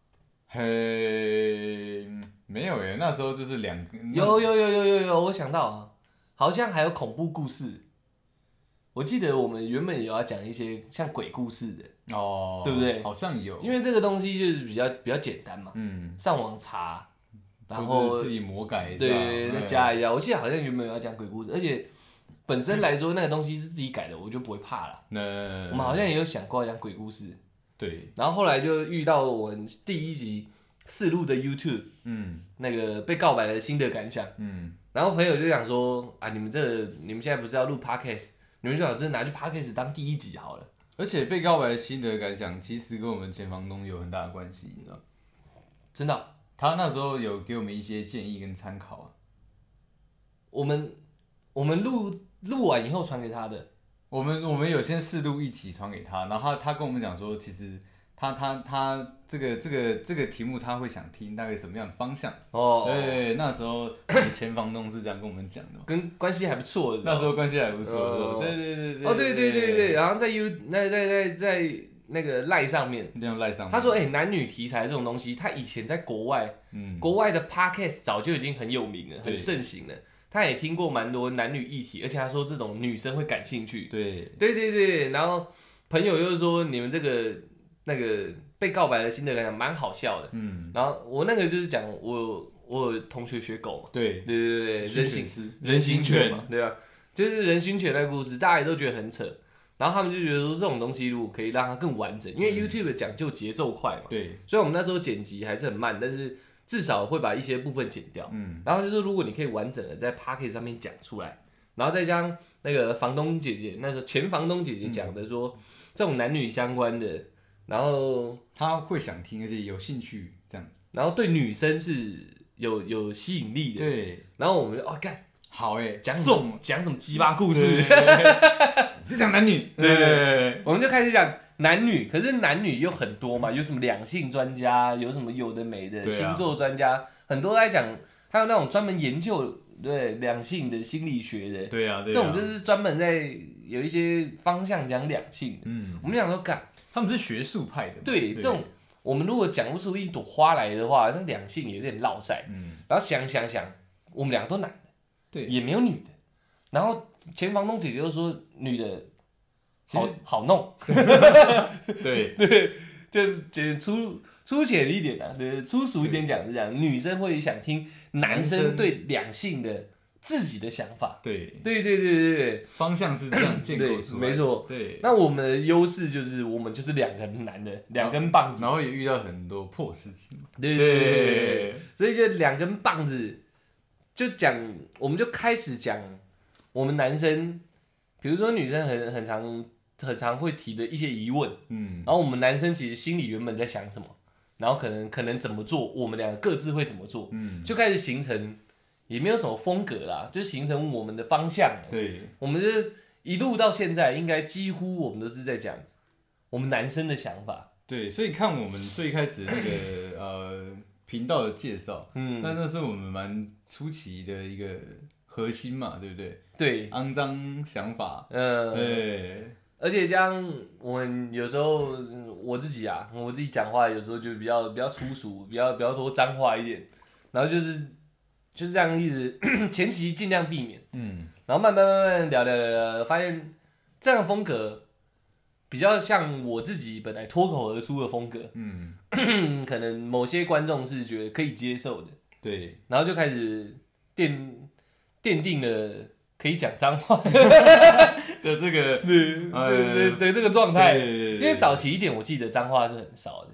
嘿，没有耶，那时候就是两个。 有有有有有有，我想到啊，好像还有恐怖故事。我记得我们原本也要讲一些像鬼故事的哦，对不对？ 好像有， 因为这个东西就是比较比较简单嘛，嗯，上网查，然后自己魔改一下， 对，再加一下。我记得好像原本要讲鬼故事，而且本身来说那个东西是自己改的，我就不会怕了。嗯，我们好像也有想过要讲鬼故事， 对。 然后后来就遇到我们第一集试录的 YouTube， 嗯，那个被告白的心得感想，嗯，然后朋友就想说啊，你们这你们现在不是要录 Podcast？你们就把这拿去 podcast 当第一集好了。 而且被告白的心得感想，其实跟我们前房东有很大的关系，你知道？ 真的、啊？ 他那时候有给我们一些建议跟参考啊。 我们我们录录完以后传给他的。 我们我们有先试录一起传给他，然后他他跟我们讲说，其实他他他这个这个这个题目他会想听大概什么样的方向哦。对，那时候前房东是这样跟我们讲的， 跟关系还不错的。 那时候关系还不错。哦、对对对对。 哦对对对对，然后在 U 那在在在那个赖上面， 那赖上面， 他说哎、欸，男女题材这种东西，他以前在国外，嗯，国外的 podcast 早就已经很有名了，很盛行了。他也听过蛮多男女议题，而且他说这种女生会感兴趣。 对对对对，然后朋友又说你们这个那个被告白的心得感想蛮好笑的。嗯，然后我那个就是讲我我有同学学狗嘛。 对对对对，人形人形犬嘛，对吧？就是人形犬那个故事，大家也都觉得很扯。然后他们就觉得说这种东西如果可以让它更完整，因为 YouTube 讲究节奏快嘛。 对， 所以我们那时候剪辑还是很慢，但是至少会把一些部分剪掉，嗯，然后就是如果你可以完整的在 Podcast 上面讲出来，然后再加上那个房东姐姐，那时候前房东姐姐讲的说，嗯、这种男女相关的，然后他会想听，而且有兴趣这样子， 然后对女生是有有吸引力的， 对， 然后我们就哦干好哎， 讲什么讲什么鸡巴故事， 就讲男女，对对对， 我们就开始讲。男女，可是男女有很多嘛，有什么两性专家，有什么有的没的，啊、星座专家，很多在讲，还有那种专门研究对两性的心理学的， 对啊，对啊， 这种就是专门在有一些方向讲两性的，嗯，我们想说，干， 他们是学术派的， 对，这种我们如果讲不出一朵花来的话，那两性有点落塞，嗯，然后想想想，我们两个都男的， 对， 也没有女的，然后前房东姐姐又说女的。好好弄， 对对，就就粗粗浅一点啊，对，粗俗一点讲是这样，女生会想听男生对两性的自己的想法， 对， 对对对对对， 方向是这样建构出来的， 没错， 对。 那我们的优势就是我们就是两个男的，两根棒子， 然后也遇到很多破事情， 对对对对，所以就两根棒子，就讲，我们就开始讲我们男生，比如说女生很很常。很常会提的一些疑问，嗯，然后我们男生其实心里原本在想什么，然后可能可能怎么做，我们两个各自会怎么做，嗯，就开始形成，也没有什么风格啦，就形成我们的方向。 对， 我们就是一路到现在，应该几乎我们都是在讲我们男生的想法。 对，所以看我们最开始那个呃频道的介绍，嗯，那那是我们蛮初期的一个核心嘛，对不对？ 对， 肮脏想法， 嗯，对。而且这样，我们有时候我自己啊，我自己讲话有时候就比较比较粗俗，比较比较多脏话一点，然后就是就是这样一直前期尽量避免，嗯，然后慢慢慢慢聊聊聊聊，发现这样的风格比较像我自己本来脱口而出的风格，嗯，可能某些观众是觉得可以接受的， 对， 然后就开始奠奠定了。可以讲脏话的这个对的这个状态，因为早期一点我记得脏话是很少的。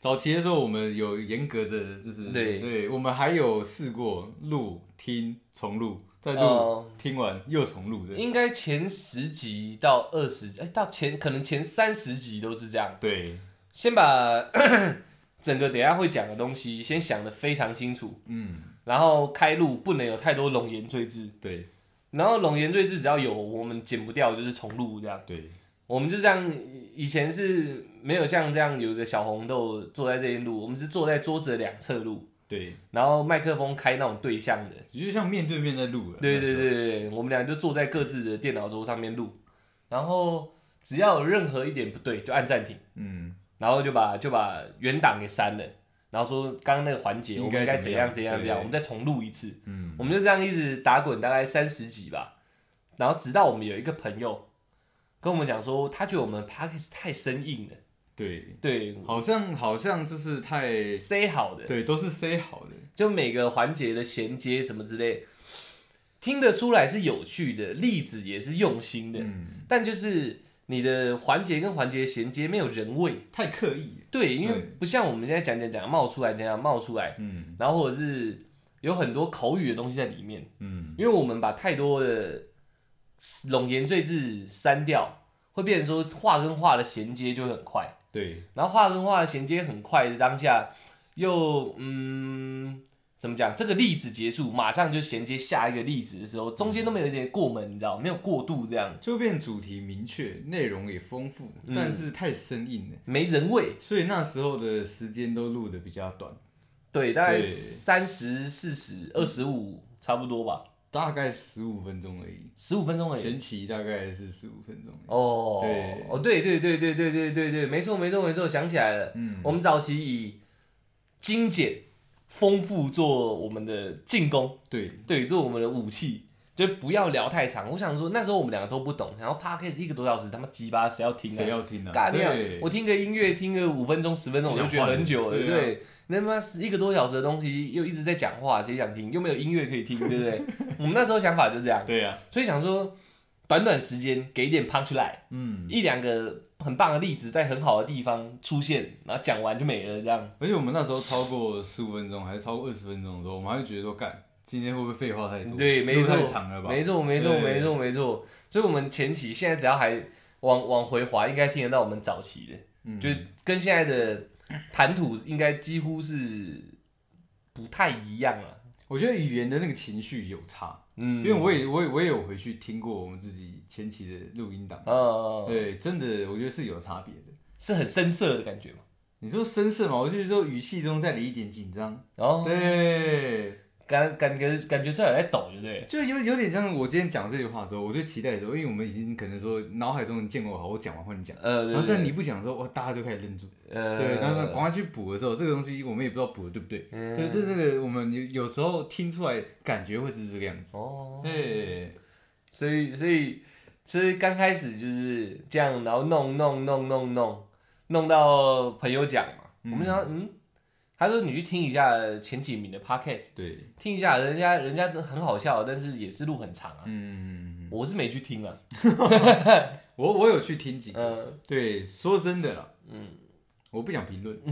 早期的时候，我们有严格的，就是对对，我们还有试过录、听、重录，再录、 哦听完又重录的。 应该前十集到二十，哎，到前可能前三十集都是这样。 对， 先把整个等一下会讲的东西先想得非常清楚， 嗯， 然后开录不能有太多冗言赘字， 对然后冗言赘字只要有我们剪不掉就是重录这样。 对， 我们就这样，以前是没有像这样有一个小红豆坐在这边录，我们是坐在桌子的两侧录， 对， 然后麦克风开那种对向的。 就像面对面在录了。 对对对对对，我们俩就坐在各自的电脑桌上面录，然后只要有任何一点不对就按暂停， 嗯， 然后就把就把原档给删了，然后说刚刚那个环节我们应该怎样怎样怎样，我们再重录一次。 嗯， 我们就这样一直打滚大概三十集吧，然后直到我们有一个朋友跟我们讲说，他觉得我们 podcast 太生硬了。 对， 对， 好像好像就是太 say 好的， 对，都是 say 好的。 就每个环节的衔接什么之类，听得出来是有趣的，例子也是用心的， 嗯， 但就是你的环节跟环节衔接没有人味， 太刻意了。 对，因为对不像我们现在讲讲讲冒出来，讲讲冒出来， 嗯然后或者是有很多口语的东西在里面， 嗯， 因为我们把太多的冗言赘字删掉，会变成说话跟话的衔接就会很快。 对， 然后话跟话的衔接很快的当下，又嗯怎么讲？这个例子结束，马上就衔接下一个例子的时候，中间都没有一点过门，你知道，没有过渡，这样就变主题明确，内容也丰富， 嗯但是太生硬了， 没人味。 所以那时候的时间都录的比较短， 对，大概对三十、四十、二十五，差不多吧， 大概十五分钟而已。 十五分钟而已。 前期大概是十五分钟。 哦， 对哦，对对对对对对对对，没错没错没错，想起来了。 嗯， 我们早期以精简、丰富做我们的进攻， 对对，做我们的武器，就不要聊太长。我想说，那时候我们两个都不懂，然后 podcast 一个多小时，他妈鸡巴谁要听啊？ 谁要听啊？ 干掉对， 我听个音乐，听个五分钟、十分钟，我就觉得很久了， 就想换了对。那他妈一个多小时的东西，又一直在讲话，谁想听？又没有音乐可以听，对不对？我们那时候想法就这样， 对啊， 所以想说，短短时间给一点 punch line， 嗯， 一两个很棒的例子在很好的地方出现，然后讲完就没了，这样。 而且我们那时候超过十五分钟，还是超过二十分钟的时候，我们还会觉得说，干，今天会不会废话太多？ 对，没错， 录太长了吧？ 没错，没错， 对没错，没错。所以，我们前期现在只要还往往回滑，应该听得到我们早期的， 嗯就是跟现在的谈吐应该几乎是不太一样了。 我觉得语言的那个情绪有差， 嗯， 因为我也我也我也有回去听过我们自己前期的录音档， 呃， 对，真的我觉得是有差别的。 是很深色的感觉嘛。 你说深色嘛，我就是说语气中带了一点紧张， 哦， 对， 感感觉感觉出来有在抖，对不对？ 就有有点像我今天讲这句话的时候，我就期待的时候，因为我们已经可能说脑海中见过好，我讲完换你讲， 呃，对然后在对你不讲的时候，哇，大家就开始愣住， 呃， 对，然后赶快去补的时候，这个东西我们也不知道补的对不对， 嗯对，这这个我们有有时候听出来感觉会是这个样子， 哦， 对， 所以所以所以刚开始就是这样，然后弄弄弄弄弄弄到朋友讲嘛，我们想说嗯，他说你去听一下前几名的 podcast， 对， 听一下人家人家都很好笑，但是也是路很长啊， 嗯， 我是没去听啊， 我我有去听几个， 嗯对，说真的啦， 嗯， 我不想评论，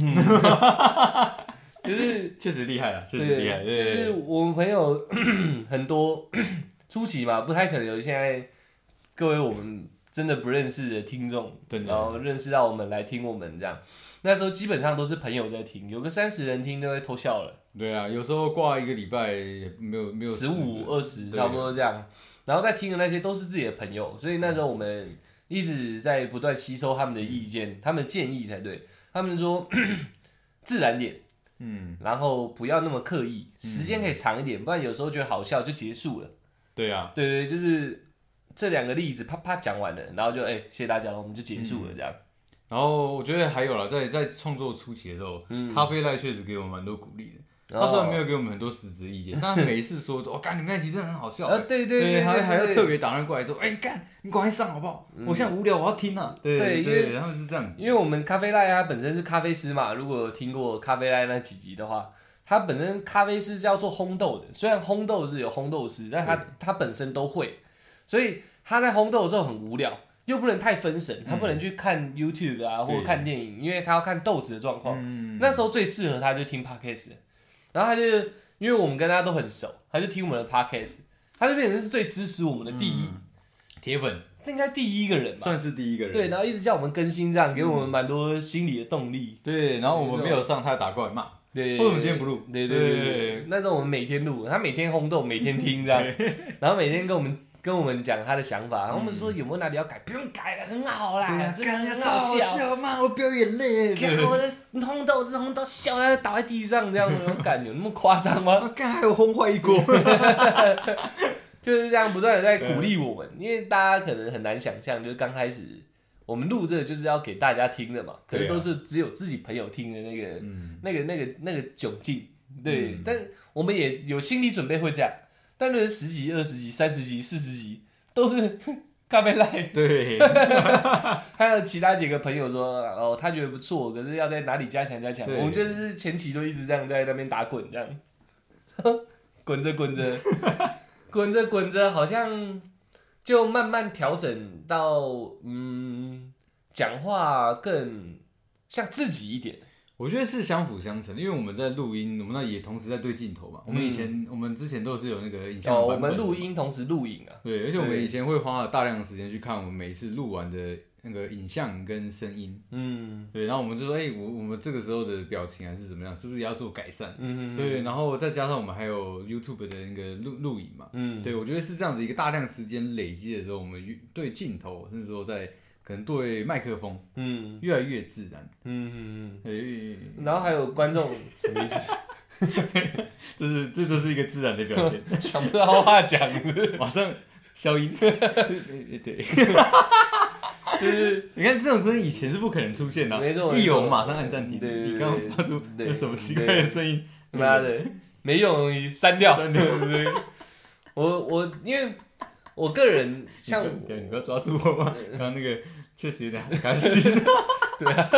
就是确实厉害了，确实厉害， 对， 对就是我们朋友很多初期嘛，不太可能有现在各位我们真的不认识的听众， 真的然后认识到我们来听我们这样。那时候基本上都是朋友在听，有个三十人听就会偷笑了， 对啊，有时候挂一个礼拜没有没有十五二十对差不多这样。然后在听的那些都是自己的朋友，所以那时候我们一直在不断吸收他们的意见，他们的建议才对。他们说自然点， 嗯， 然后不要那么刻意，时间可以长一点，不然有时候觉得好笑就结束了。 对啊， 对对，就是这两个例子啪啪讲完了，然后就哎、谢谢大家了，我们就结束了这样。 然后我觉得还有啦，在在创作初期的时候， 嗯咖啡赖确实给我们蛮多鼓励的。 哦他虽然没有给我们很多实质意见，但他每一次说，我干你们那集真的很好笑欸， 啊，对对对， 还还要对特别打电话过来说，哎干，你赶快上好不好？我现在无聊，我要听啊。对对对， 因为他们是这样子。 因为我们咖啡赖他本身是咖啡师嘛，如果有听过咖啡赖那几集的话，他本身咖啡师是要做烘豆的，虽然烘豆是有烘豆师，但他他本身都会，所以他在烘豆的时候很无聊， 又不能太分神，他不能去看 YouTube 啊，或者看电影，因为他要看豆子的状况。嗯、那时候最适合他就听 Podcast， 然后他就因为我们跟他都很熟，他就听我们的 Podcast， 他就变成是最支持我们的第一铁、嗯、粉， 这应该第一个人吧， 算是第一个人。 对，然后一直叫我们更新，这样给我们蛮多心理的动力。 对，然后我们没有上，他打过来骂。对，为什么今天不录？ 对对对 对, 对，那时候我们每天录，他每天轰动，每天听这样，然后每天跟我们。跟我们讲他的想法，然后我们说有没有哪里要改，不用改了，很好啦，真的很好笑， 骂我飙眼泪， 看我的红豆是红豆笑，他倒在地上这样，我感有那么夸张吗？ 干还有轰坏一锅， 就是这样不断的在鼓励我们，因为大家可能很难想象，就是刚开始我们录这个就是要给大家听的嘛，可能都是只有自己朋友听的那个、嗯、那个那个那个窘境，对、嗯，但我们也有心理准备会这样。但是十集、二十集、三十集、四十集都是咖啡赖， 对， 还有其他几个朋友说，哦，他觉得不错，可是要在哪里加强加强。我们就是前期都一直这样在那边打滚，这样滚着滚着，滚着滚着，好像就慢慢调整到，嗯，讲话更像自己一点。 我觉得是相辅相成，因为我们在录音，我们那也同时在对镜头嘛。我们以前、嗯、我们之前都是有那个影像版本、 哦，我们录音同时录影啊。 对，而且我们以前会花了大量的时间去看我们每一次录完的那个影像跟声音。嗯，对，然后我们就说，哎、欸，我我们这个时候的表情还是怎么样，是不是也要做改善？嗯对，然后再加上我们还有 YouTube 的那个录录影嘛。嗯，对，我觉得是这样子一个大量时间累积的时候，我们对镜头，甚至说在。可能对麦克风，嗯，越来越自然，嗯嗯嗯，然后还有观众什么意思？ 就是这就是一个自然的表现， 想不到话讲， 马上消音，对，就是你看这种声音以前是不可能出现的、啊， 没错， 一有马上按暂停，你刚刚发出那什么奇怪的声音， 妈的，没用，删掉，删掉，对不对？我我因为。我个人像你，你不要抓住我嘛！刚刚那个确实有点开心， 对啊，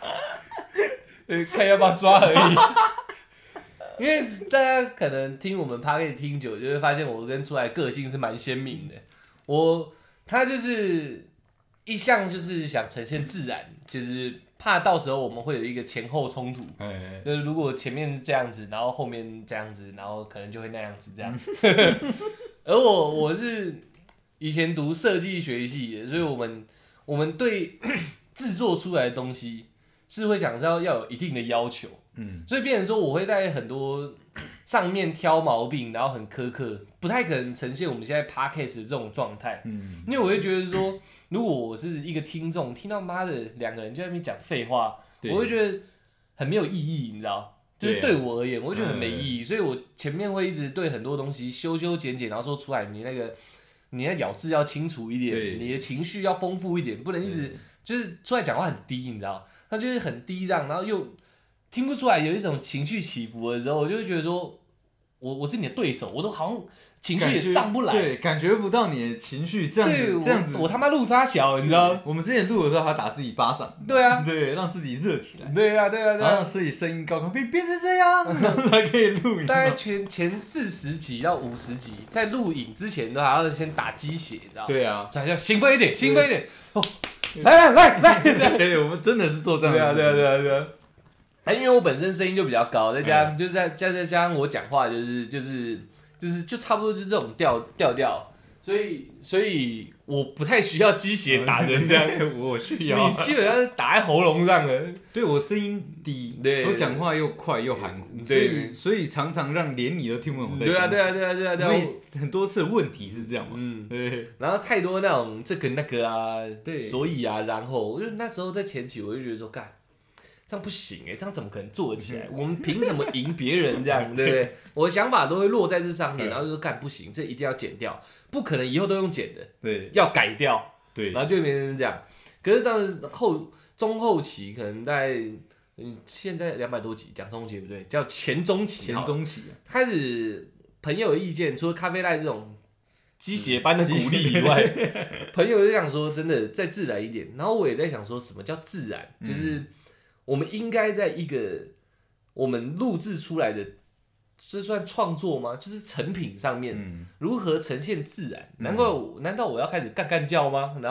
看要不要抓而已。因为大家可能听我们 Podcast 听久，就会发现我跟出来个性是蛮鲜明的。我他就是一向就是想呈现自然，就是怕到时候我们会有一个前后冲突。就是如果前面是这样子，然后后面这样子，然后可能就会那样子这样。而我我是以前读设计学系的，所以我们我们对制作出来的东西是会想要要有一定的要求，嗯，所以变成说我会在很多上面挑毛病，然后很苛刻，不太可能呈现我们现在 podcast 的这种状态，嗯，因为我会觉得说，如果我是一个听众，听到妈的两个人就在那边讲废话，我会觉得很没有意义，你知道？就是对我而言，我会觉得很没意义，所以我前面会一直对很多东西修修剪剪，然后说出来，你那个你的咬字要清楚一点，你的情绪要丰富一点，不能一直就是出来讲话很低，你知道？他就是很低这样，然后又听不出来有一种情绪起伏的时候，我就会觉得说，我我是你的对手，我都好像情绪也上不来， 对，感觉不到你的情绪这样子，这样子， 我他妈路差小，你知道？ 我们之前录的时候还打自己巴掌， 对啊， 对，让自己热起来， 对啊，对啊，对啊， 然后自己声音高亢，变变成这样，然后才可以录影。 大概前前四十集到五十集，在录影之前都还要先打鸡血，你知道？ 对啊， 才要兴奋一点，兴奋一点，哦，来来来来， 对，我们真的是做这样的事情， 对啊，对啊，对啊，对啊。哎，因为我本身声音就比较高，再加上、嗯、就是再再再加上我讲话就是就是就是就差不多就是这种调调调，所以所以我不太需要鸡血打人这样， 我需要， 你基本上是打在喉咙上的。 对，我声音低，对，我讲话又快又含糊，对，所以常常让连你都听不懂我在讲什么。 对啊，对啊，对啊，对啊， 对啊，很多次的问题是这样嘛，嗯，对。 然后太多那种这个那个啊，对，所以啊，然后我就那时候在前期我就觉得说干。这样不行哎、欸，这样怎么可能做得起来？我们凭什么赢别人这样，对不对？我的想法都会落在这上面，然后就说干不行，这一定要剪掉，不可能以后都用剪的，对，要改掉，对，然后就变成这样。可是到后中后期，可能在嗯现在两百多集，讲中期不对，叫前中期， 前中期、啊、 开始朋友的意见，除了咖啡赖这种鸡血般的鼓励以外，朋友就想说真的再自然一点，然后我也在想说什么叫自然，就是。嗯我们应该在一个我们录制出来的，这算创作吗？就是成品上面、嗯、如何呈现自然？难怪我，难道我要开始干干叫吗？然后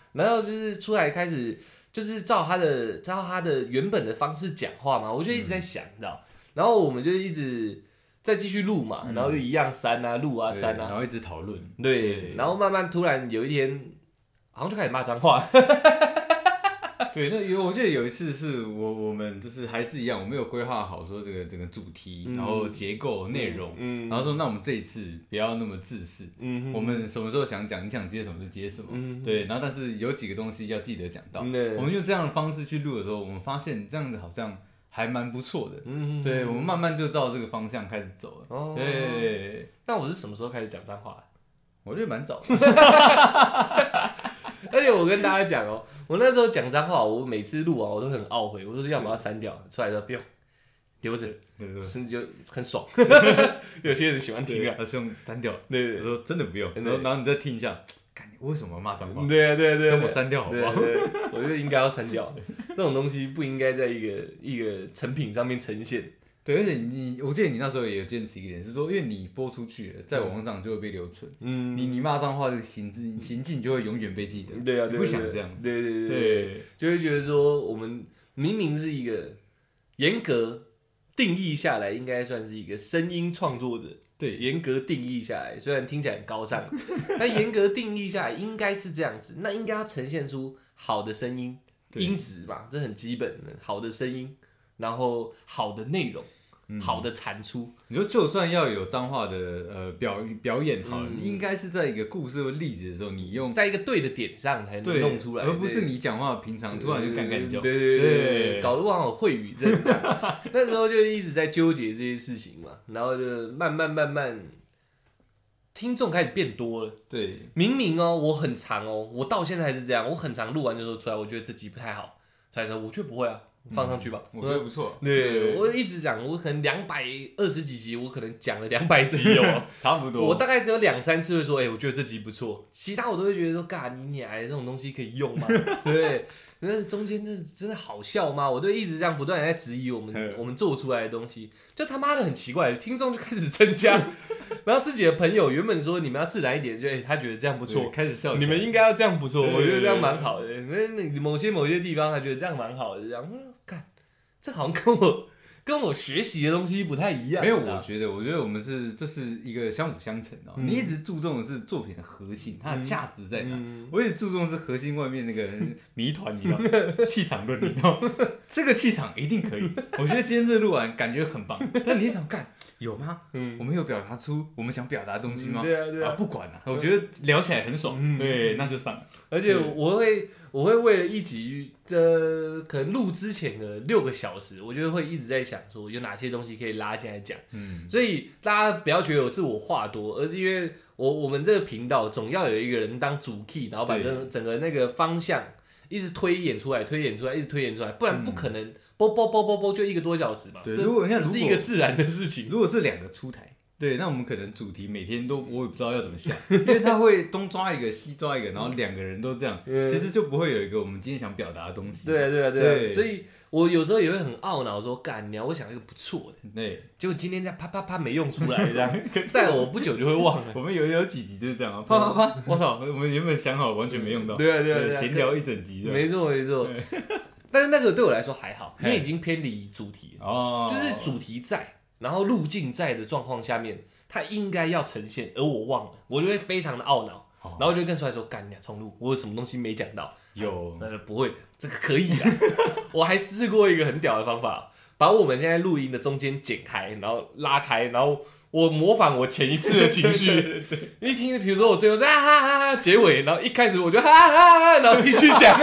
然后就是出来开始就是照他的照他的原本的方式讲话嘛，我就一直在想，你知道，然后我们就一直再继续录嘛，然后就一样删啊录啊删啊， 然后一直讨论， 对，然后慢慢突然有一天好像就开始骂脏话。 对，那有我记得有一次是我我们就是还是一样，我们有规划好说这个整个主题，嗯、然后结构内容，嗯，然后说那我们这一次不要那么自私，嗯，我们什么时候想讲，你想接什么就接什么，嗯，对，然后但是有几个东西要记得讲到，嗯、我们用这样的方式去录的时候，我们发现这样子好像还蛮不错的，嗯，对，我们慢慢就照这个方向开始走了，哦，对。 那我是什么时候开始讲脏话？ 我觉得蛮早的。 而且我跟大家讲哦，我那时候讲脏话，我每次录完我都很懊悔，我说要把它删掉，出来的不用留着，是就很爽。有些人喜欢听啊， 他是用删掉， 对对， 我说真的不用，然后然后你再听一下，看你为什么骂脏话？ 对啊对啊对啊， 先我删掉好不好？ 我觉得应该要删掉，这种东西不应该在一个一个成品上面呈现。 对，而且你，我记得你那时候也有坚持一个点，是说，因为你播出去了，在网上就会被留存，嗯，你你骂脏话的行径行径就会永远被记得， 对啊， 你不想这样子， 对对对对，就会觉得说，我们明明是一个严格定义下来，应该算是一个声音创作者，对，严格定义下来，虽然听起来很高尚，但严格定义下来应该是这样子，那应该要呈现出好的声音音质吧，这很基本的，好的声音，然后好的内容。嗯、好的产出， 你说就算要有脏话的呃表表演好了，嗯、应该是在一个故事或例子的时候，你用在一个对的点上才能弄出来， 而不是你讲话平常突然就干干叫， 对对对对，搞得我好像会语症这样。那时候就一直在纠结这些事情嘛，然后就慢慢慢慢，听众开始变多了。 对， 明明哦，我很长哦，我到现在还是这样，我很长录完的时候出来，我觉得这集不太好，出来的时候我觉得不会啊。放上去吧， 嗯、我觉得不错。 对，我一直讲，我可能两百二十几集，我可能讲了两百集哦， 差不多。 我大概只有两三次会说，哎、欸，我觉得这集不错，其他我都会觉得说，嘎你娘，这种东西可以用吗？对不对？那中间这真的好笑吗？我都一直这样不断的在质疑我们我们做出来的东西，就他妈的很奇怪，听众就开始增加，然后自己的朋友原本说你们要自然一点，就、欸、他觉得这样不错， 开始笑， 你们应该要这样不错，我觉得这样蛮好的。那某些某些地方他觉得这样蛮好的，这样干。这好像跟我跟我学习的东西不太一样。 没有，我觉得，我觉得我们是这是一个相辅相成的、喔。嗯、你一直注重的是作品的核心，它的价值在哪？嗯、我一直注重的是核心外面那个谜团，你知道吗？气场论，你知道吗？这个气场一定可以。我觉得今天这录完感觉很棒，但你想干有吗？嗯、我们有表达出我们想表达的东西吗？ 嗯、对啊，对啊， 啊不管啊，我觉得聊起来很爽。嗯、对，那就上了。 而且我会，我会为了一集，呃，可能录之前的六个小时，我就会一直在想说有哪些东西可以拉进来讲。嗯，所以大家不要觉得我是我话多，而是因为我我们这个频道总要有一个人当主 key， 然后把整整个那个方向一直推演出来，推演出来，一直推演出来，不然不可能啵啵啵啵啵就一个多小时嘛。 对，如果你看， 是一个自然的事情。 如果是两个出台。对，那我们可能主题每天都我也不知道要怎么想，因为他会东抓一个西抓一个，然后两个人都这样，其实就不会有一个我们今天想表达的东西。 对啊，对啊，对啊。对，所以我有时候也会很懊恼，说干娘，我想一个不错的，对，结果今天这样啪啪啪没用出来，这样，在我不久就会忘了。 我们有有几集就是这样啊，啪啪啪，我操，我们原本想好完全没用到。 对啊，对啊，对啊， 闲聊一整集的。 没错，没错。但是那个对我来说还好，因为已经偏离主题了，哦，就是主题在，然后路径在的状况下面。他应该要呈现，而我忘了，我就会非常的懊恼，哦、然后就跟出来说：“干你啊，重录，我有什么东西没讲到？” 有， 呃，不会，这个可以啊。我还试过一个很屌的方法，把我们现在录音的中间剪开，然后拉开，然后我模仿我前一次的情绪。对对对对，一听，比如说我最后是啊哈哈哈，结尾，然后一开始我就哈哈哈哈，然后继续讲。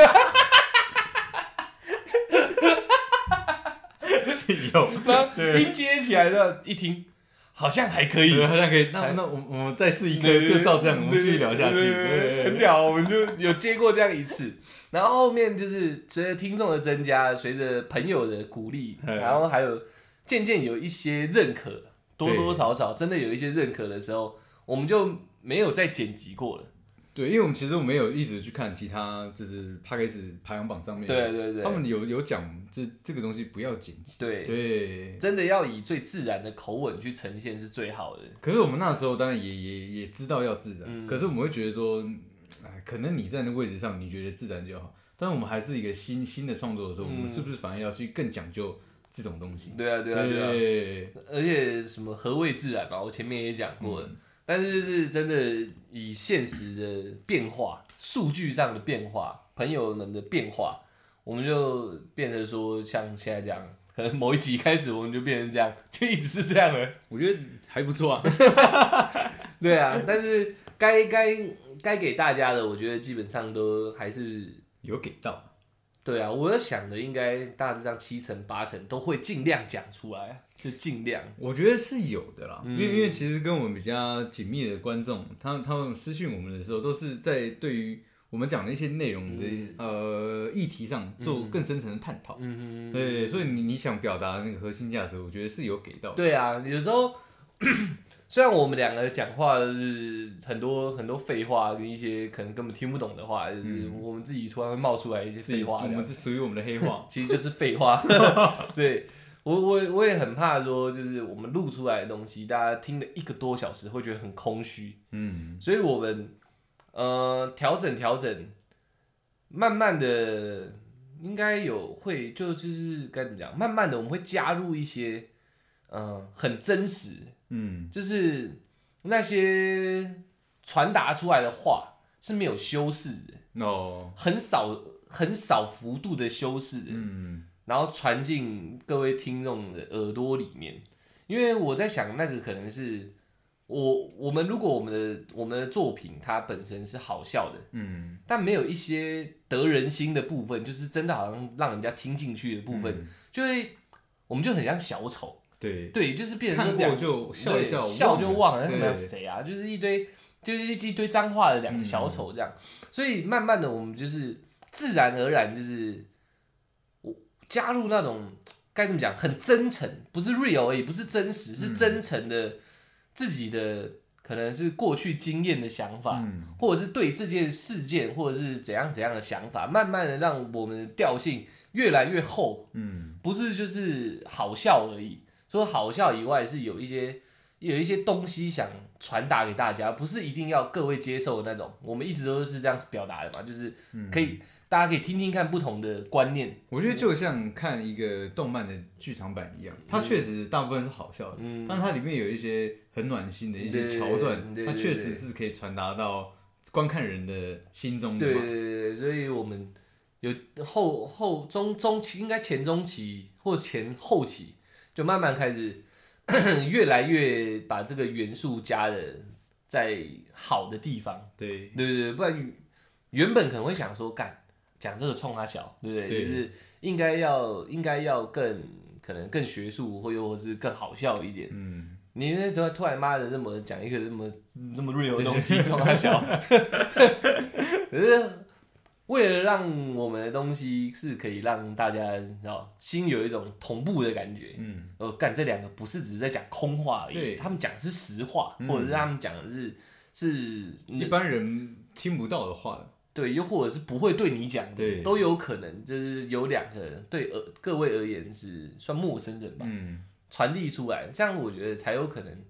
有， 然后一接起来的，一听。好像还可以， 好像可以。那那我我们再试一个，就照这样，我们继续聊下去。 很屌，我们就有接过这样一次。然后后面就是随着听众的增加，随着朋友的鼓励，然后还有渐渐有一些认可，多多少少真的有一些认可的时候，我们就没有再剪辑过了。 对，因为我们其实我们有一直去看其他就是 Podcast 排行榜上面， 对对对， 他们有有讲这这个东西不要剪辑， 对对， 真的要以最自然的口吻去呈现是最好的。 可是我们那时候当然也也也知道要自然，嗯、可是我们会觉得说， 哎，可能你在那位置上你觉得自然就好，但是我们还是一个新新的创作的时候，嗯、我们是不是反而要去更讲究这种东西？ 对啊，对啊，对啊。对而且什么何谓自然吧，我前面也讲过了。嗯、但是就是真的以现实的变化、数据上的变化、朋友们的变化，我们就变成说像现在这样。可能某一集开始我们就变成这样，就一直是这样了。 我觉得还不错啊。 对啊，但是该该该给大家的，我觉得基本上都还是有给到。 对啊，我想的应该大致上七成八成都会尽量讲出来，就尽量。 我觉得是有的啦，嗯、因为因为其实跟我们比较紧密的观众，他他们私讯我们的时候，都是在对于我们讲的一些内容的、嗯、呃议题上做更深层的探讨。嗯嗯对，所以你你想表达的那个核心价值，我觉得是有给到的。 对啊，有时候虽然我们两个讲话是很多很多废话跟一些可能根本听不懂的话，就是我们自己突然会冒出来一些废话， 我们是属于我们的黑话， 其实就是废话。对我我我也很怕说，就是我们录出来的东西，大家听了一个多小时会觉得很空虚。嗯，所以我们呃调整调整，慢慢的应该有会就就是该怎么讲，慢慢的我们会加入一些嗯、呃、很真实。嗯，就是那些传达出来的话是没有修饰的哦，很少很少幅度的修饰的，嗯，然后传进各位听众的耳朵里面。因为我在想，那个可能是我我们如果我们的我们的作品它本身是好笑的，嗯，但没有一些得人心的部分，就是真的好像让人家听进去的部分，嗯、就会我们就很像小丑。 对对，就是变成看过就笑一笑， 笑就忘了他们谁啊？就是一堆就是一堆脏话的两个小丑这样，嗯、所以慢慢的我们就是自然而然就是我加入那种该怎么讲，很真诚，不是 real 而已，不是真实，是真诚的自己的可能是过去经验的想法，嗯、或者是对这件事件或者是怎样怎样的想法，慢慢的让我们的调性越来越厚，嗯，不是就是好笑而已。除了好笑以外，是有一些有一些东西想传达给大家，不是一定要各位接受的那种。我们一直都是这样表达的嘛，就是可以、嗯、大家可以听听看不同的观念。 我觉得就像看一个动漫的剧场版一样，它确实大部分是好笑的，嗯、但它里面有一些很暖心的一些桥段，它确实是可以传达到观看人的心中的嘛。 对对对，所以我们有后后中中期，应该前中期或前后期。就慢慢开始越来越把这个元素加的在好的地方， 对对对对，不然原本可能会想说干讲这个冲他小，对不对？对就是应该要应该要更可能更学术，或又或是更好笑一点。嗯，你突突然妈的这么讲一个这么这么 real 的东西冲他小，可是。为了让我们的东西是可以让大家知道心有一种同步的感觉，嗯，呃，干这两个不是只是在讲空话而已，他们讲的是实话，嗯、或者是他们讲的是是一般人听不到的话， 对，又或者是不会对你讲的，都有可能，就是有两个人对呃各位而言是算陌生人吧，嗯，传递出来，这样我觉得才有可能。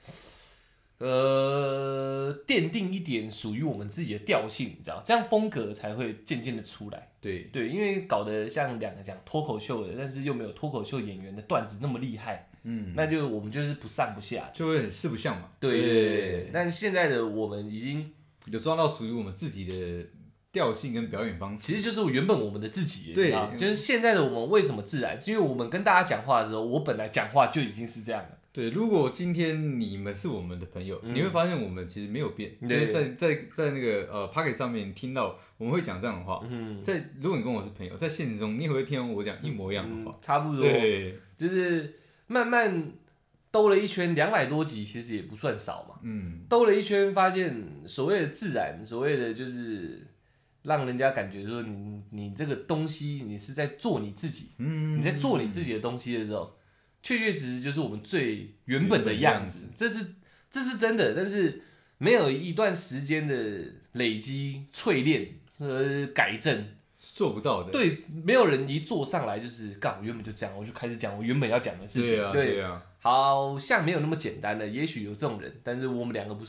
呃，奠定一点属于我们自己的调性，你知道，这样风格才会渐渐的出来。 对对，因为搞得像两个讲脱口秀的，但是又没有脱口秀演员的段子那么厉害，嗯，那就我们就是不上不下， 就会很四不像嘛。 对对对对，但现在的我们已经有抓到属于我们自己的调性跟表演方式， 其实就是原本我们的自己。对，就是现在的我们为什么自然，是因为我们跟大家讲话的时候，我本来讲话就已经是这样了。 对，如果今天你们是我们的朋友，嗯、你会发现我们其实没有变，就是在在在那个呃 Pocket 上面听到我们会讲这样的话，嗯、在如果你跟我是朋友，在现实中你也会听到我讲一模一样的话， 嗯、差不多，对，就是慢慢兜了一圈，两百多集其实也不算少嘛，嗯，兜了一圈发现所谓的自然，所谓的就是让人家感觉说你你这个东西你是在做你自己，嗯、你在做你自己的东西的时候。确确实实就是我们最原本的样子，这是这是真的，但是没有一段时间的累积、淬炼和改正， 做不到的。 对，没有人一坐上来就是干，我原本就这样，我就开始讲我原本要讲的事情。 对啊， 对对啊， 好像没有那么简单的，也许有这种人，但是我们两个不是。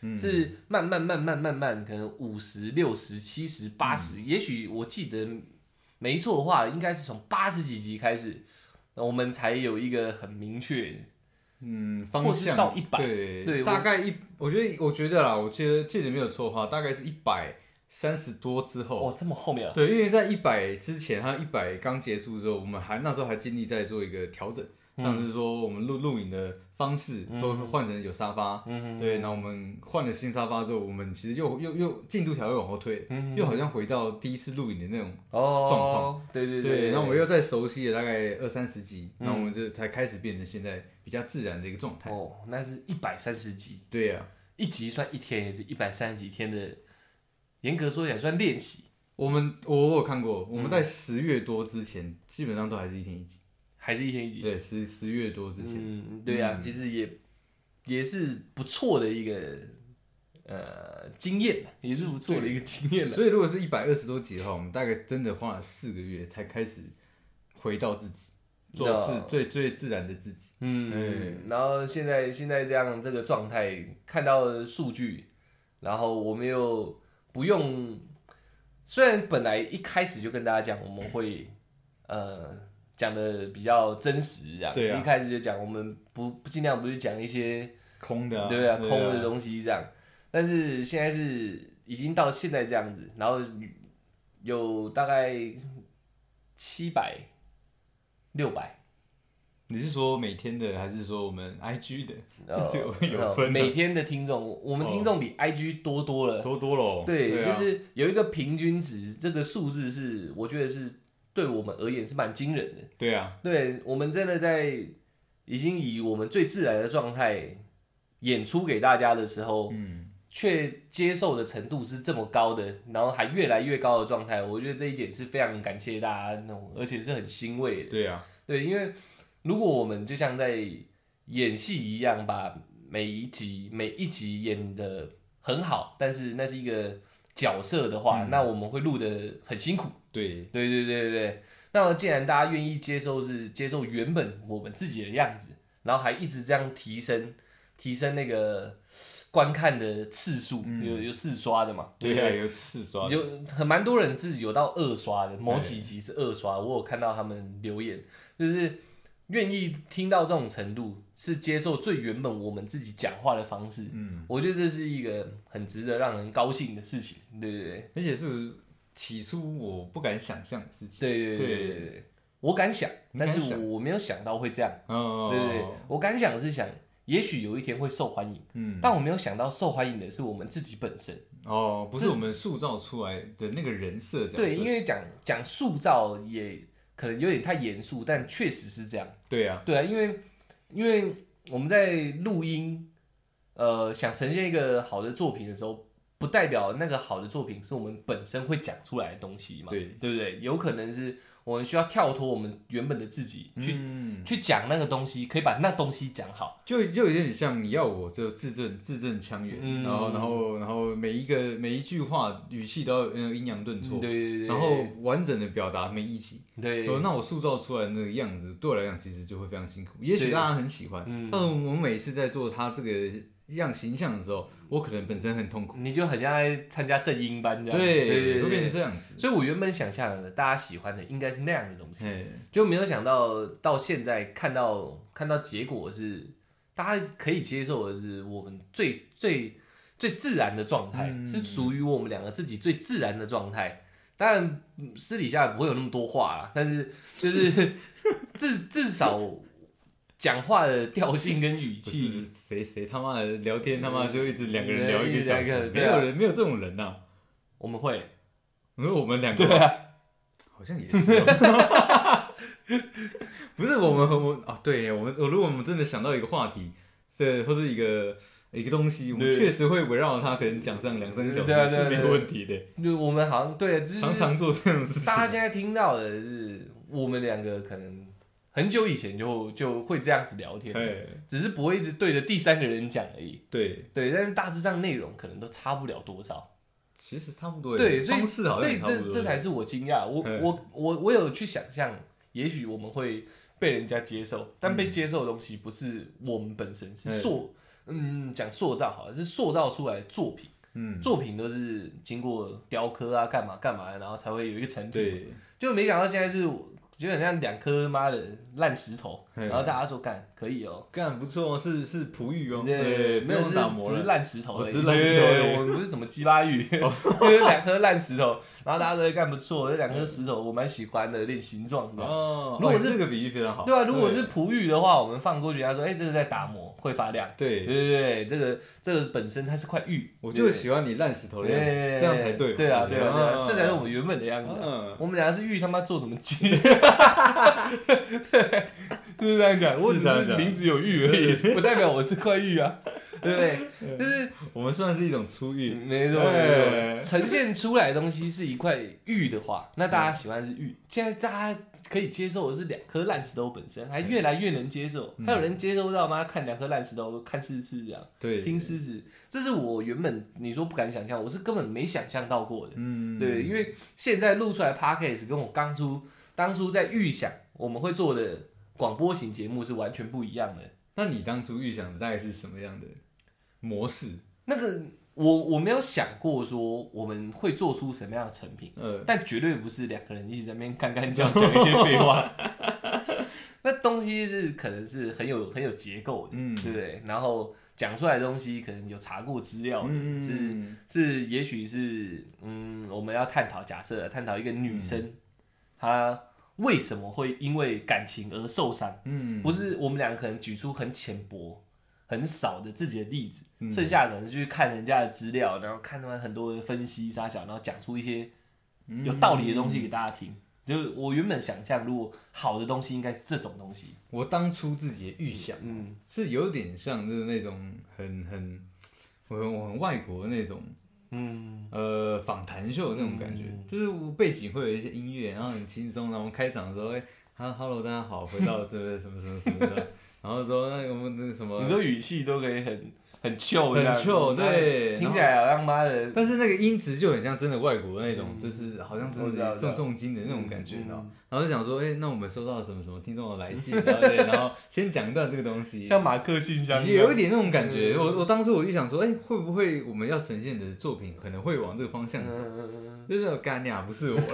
嗯、 是慢慢慢慢慢慢，可能五十、六十、七十、八十，也许我记得没错的话，应该是从八十几集开始，我们才有一个很明确， 嗯，方向到一百， 对， 对， 大概一，我觉得我觉得啦，我记得记得没有错的话，大概是一百三十多之后， 哦，这么后面啊？ 对，因为在一百之前，它一百刚结束之后，我们还那时候还尽力在做一个调整。像是说我们录录影的方式会换成有沙发，嗯、对，然后我们换了新沙发之后，我们其实又又又进度条又往后退，嗯、又好像回到第一次录影的那种状况， 哦，对对对，然后我们又再熟悉了大概二三十集，然后我们就才开始变成现在比较自然的一个状态。 哦，那是一百三十集， 对呀、啊， 一集算一天，也是一百三十几天的，严格说起来算练习。 我们我我有看过，我们在十月多之前，嗯、基本上都还是一天一集。 还是一天一集， 对，十十月多之前， 嗯，对啊，嗯、其实也也是不错的一个呃经验，也是不错的一个经验。 所以如果是一百二十多集的话，我们大概真的花了四个月才开始回到自己，做自最最自然的自己。 嗯，嗯然后现在现在这样这个状态，看到数据，然后我们又不用，虽然本来一开始就跟大家讲我们会呃。讲的比较真实，这样， 对啊、 一开始就讲我们不不尽量不是讲一些空的、啊， 对啊，空的东西这样。但是现在是已经到现在这样子，然后有大概七百、六百。 你是说每天的，还是说我们 I G 的？ 呃、 这有有分、啊。 每天的听众，我们听众比 I G 多多了， 多多了。 对， 对啊、 就是有一个平均值，这个数字是我觉得是。对我们而言是蛮惊人的。 对啊， 对我们真的在已经以我们最自然的状态演出给大家的时候，嗯，却接受的程度是这么高的，然后还越来越高的状态，我觉得这一点是非常感谢大家那种，而且是很欣慰的。 对啊， 对，因为如果我们就像在演戏一样，把每一集每一集演得很好，但是那是一个角色的话，嗯、那我们会录得很辛苦。 对对对对对对，那既然大家愿意接受是接受原本我们自己的样子，然后还一直这样提升提升那个观看的次数，嗯、有有四刷的嘛？ 对啊，有四刷的， 有很蛮多人是有到二刷的，某几集是二刷，我有看到他们留言，就是愿意听到这种程度，是接受最原本我们自己讲话的方式。嗯，我觉得这是一个很值得让人高兴的事情，对对对， 而且是。起初我不敢想象的事情， 对对对对对对，我敢想，但是我没有想到会这样， 哦、 对对对，我敢想是想，也许有一天会受欢迎，嗯，但我没有想到受欢迎的是我们自己本身， 哦，不是我们塑造出来的那个人设， 对，因为讲讲塑造也可能有点太严肃，但确实是这样， 对啊， 对啊，因为因为我们在录音，呃，想呈现一个好的作品的时候。不代表那个好的作品是我们本身会讲出来的东西嘛？ 对， 对不对？有可能是我们需要跳脱我们原本的自己去、嗯、去讲那个东西，可以把那东西讲好。 就就有点像你要我就字正字正腔圆，嗯、然后然后然后每一个每一句话语气都要阴阳顿挫， 对对对， 然后完整的表达每一集。 对， 那我塑造出来的那个样子，对我来讲其实就会非常辛苦。也许大家很喜欢，但是我们每次在做他这个。样形象的时候，我可能本身很痛苦， 你就很像在参加正音班这样， 对， 对对， 会变成这样子。 所以我原本想象的大家喜欢的应该是那样的东西，就没有想到到现在看到看到结果是大家可以接受的是我们最最最自然的状态，嗯、是属于我们两个自己最自然的状态。当然私底下不会有那么多话啦，但是就是至至少。讲话的调性跟语气， 谁谁他妈的聊天他妈就一直两个人聊一个小时，没有人没有这种人呐、啊。 我们会， 因为我们两个， 对啊， 好像也是、喔。不是我们和我啊，对我们，如果我们真的想到一个话题，这或是一个一个东西，我们确实会围绕它，可能讲上两三个小时是没有问题的。 就我们好像对，就是常常做这种事情。 大家现在听到的是我们两个可能。很久以前就就会这样子聊天，只是不会一直对着第三个人讲而已。 对对，但是大致上内容可能都差不了多少。 其实差不多。 对，所以方式好像也差不多。 所以这这才是我惊讶。我我我我有去想象，也许我们会被人家接受，但被接受的东西不是我们本身，是塑嗯，讲塑造好了，是塑造出来的作品。嗯，作品都是经过雕刻啊，干嘛干嘛的，然后才会有一个成品。 对， 就没想到现在是就很像两颗妈的烂石头，然后大家说干可以哦， 干不错，是是璞玉哦， 对，没有是打磨只是烂石头而已， 只是烂石头， 我们不是什么鸡巴玉，就是两颗烂石头，然后大家都在干不错，这两颗石头我蛮喜欢的，有点形状哦。 如果是这个比喻非常好， 对啊，如果是璞玉的话，我们放过去，他说哎这个在打磨会发亮， 对对对对，这个这个本身它是块玉， 我就喜欢你烂石头的样子，这样才对， 对啊对啊对啊，这才是我们原本的样子，我们俩是玉他妈做什么鸡？是这样讲，我只是名字有玉而已，不代表我是块玉啊，对不对？就是我们算是一种出玉， 没错没错。呈现出来的东西是一块玉的话，那大家喜欢的是玉。现在大家可以接受的是两颗烂石头本身，还越来越能接受。还有人接受到吗？看两颗烂石头看四次这样， 对， 听狮子，这是我原本你说不敢想象，我是根本没想象到过的。嗯，对，因为现在录出来 podcast 跟我刚出当初在预想我们会做的广播型节目是完全不一样的。 那你当初预想的大概是什么样的模式？ 那个我我没有想过说我们会做出什么样的成品，呃、但绝对不是两个人一直在那边干干叫讲一些废话。那东西是可能是很有很有结构的，嗯，对不对？然后讲出来的东西可能有查过资料的，嗯、是是也许是嗯我们要探讨，假设探讨一个女生，嗯、她为什么会因为感情而受伤？嗯，不是我们两个可能举出很浅薄、很少的自己的例子，嗯、剩下的可能去看人家的资料，然后看他们很多的分析、杀小，然后讲出一些有道理的东西给大家听。就是我原本想象，如果好的东西应该是这种东西。 我当初自己的预想，嗯，是有点像就是那种很很我很我很外国的那种。嗯，呃，访谈秀的那种感觉，嗯、就是背景会有一些音乐，然后很轻松，然后我们开场的时候，哎、欸、，Hello， 大家好，回到这个什么什么什么的，然后说那我们这什么， 你说语气都可以很很 chill， 很 chill， 对， 听起来好像妈的， 但是那个音质就很像真的外国那种，嗯、就是好像真的重重金的那种感觉，你知道。嗯然后就想说，哎、欸，那我们收到了什么什么听众的来信，然后对，然后先讲一段这个东西， 像马克信箱， 也有一点那种感觉。嗯、我我当初我就想说，哎、欸，会不会我们要呈现的作品可能会往这个方向走？嗯、就是干呀，不是我，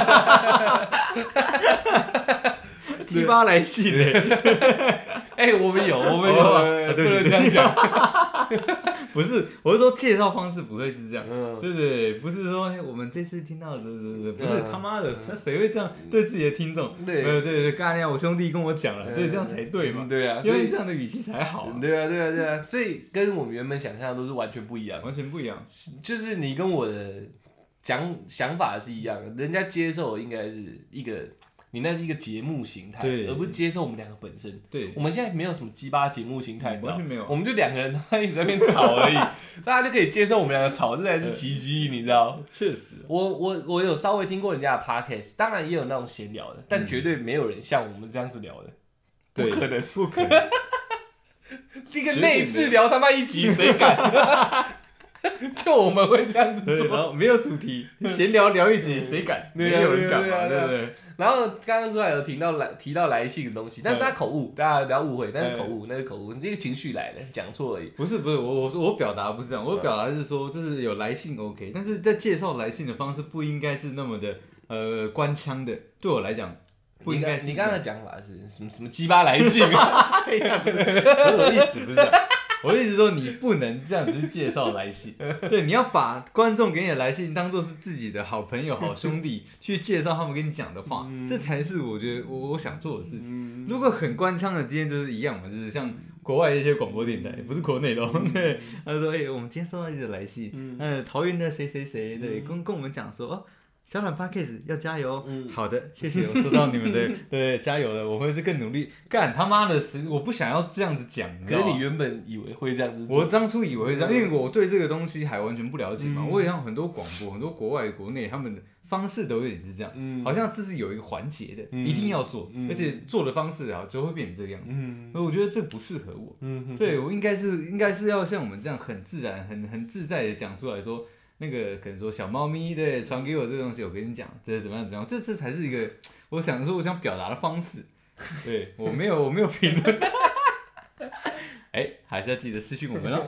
鸡巴来信嘞！ 哎、欸，我们有，我们有，哦、 对不能这样讲。不是，我是说介绍方式不会是这样，嗯、对不对？不是说、欸、我们这次听到的，不是、嗯、他媽的，那誰會這樣對自己的聽眾？對對對對，剛才我兄弟跟我講了，嗯、對，這樣才對嘛。對啊，因為這樣的語氣才好、啊。 對啊，對啊，對啊，所以跟我們原本想象的都是完全不一樣， 完全不一樣。 就是你跟我的講想法是一樣的，人家接受應該是一個。你那是一個節目形態，而不是接受我們兩個本身。對，我們現在沒有什麼雞巴節目形態， 完全沒有。 我們就兩個人他一直在那邊吵而已，大家就可以接受我們兩個吵，這才是奇蹟，你知道？ 確實， 我我我有稍微聽過人家的 podcast， 當然也有那種閒聊的，但絕對沒有人像我們這樣子聊的，不可能， 不可能。 這個內治療他媽一集誰敢？就我們會這樣子做， 然後沒有主題，閒聊聊一集，誰敢？沒有人敢嘛，對不對？ 然後剛剛出來有提到來提到來信的東西，但是他口誤，大家不要誤會，那是口誤，那是口誤，這個情緒來了，講錯而已。 不是不是，我我我表達不是這樣，我表達是說，就是有來信 OK，但是在介紹來信的方式不應該是那麼的呃官腔的，對我來講不應該是。 你剛才講法是什麼什麼雞巴來信？ 不是我意思不是這樣。我的意思說，你不能這樣子去介紹來信，對，你要把觀眾給你的來信當作是自己的好朋友、好兄弟去介紹他們跟你講的話，嗯、這才是我覺得我我想做的事情。嗯、如果很官腔的，今天就是一樣嘛，就是像國外一些廣播電台，不是國內的，對，他就說，哎、欸，我們今天收到一則來信，嗯，呃、桃園的誰誰誰，對，跟跟我們講說，哦。小軟 Podcast 要加油、嗯、好的，謝謝，我收到你們的，對，加油了，我會是更努力。幹他媽的是，我不想要這樣子講。 可是你原本以為會這樣子做？ 我當初以為會這樣，因為我對這個東西還完全不了解嘛。嗯、我也像很多廣播、很多國外、國內，他們的方式都有點是這樣，嗯、好像這是有一個環節的，嗯、一定要做，嗯、而且做的方式啊就會變成這個樣子。嗯、我覺得這不適合我。嗯、對，我應該是應該是要像我們這樣很自然、很很自在的講出來說。那個可能說小貓咪對傳給我這個東西，我跟你講，這是怎麼樣怎麼樣，這這才是一個我想說我想表達的方式。對，我沒有我沒有評論。哎， 还是要记得私讯我们哦。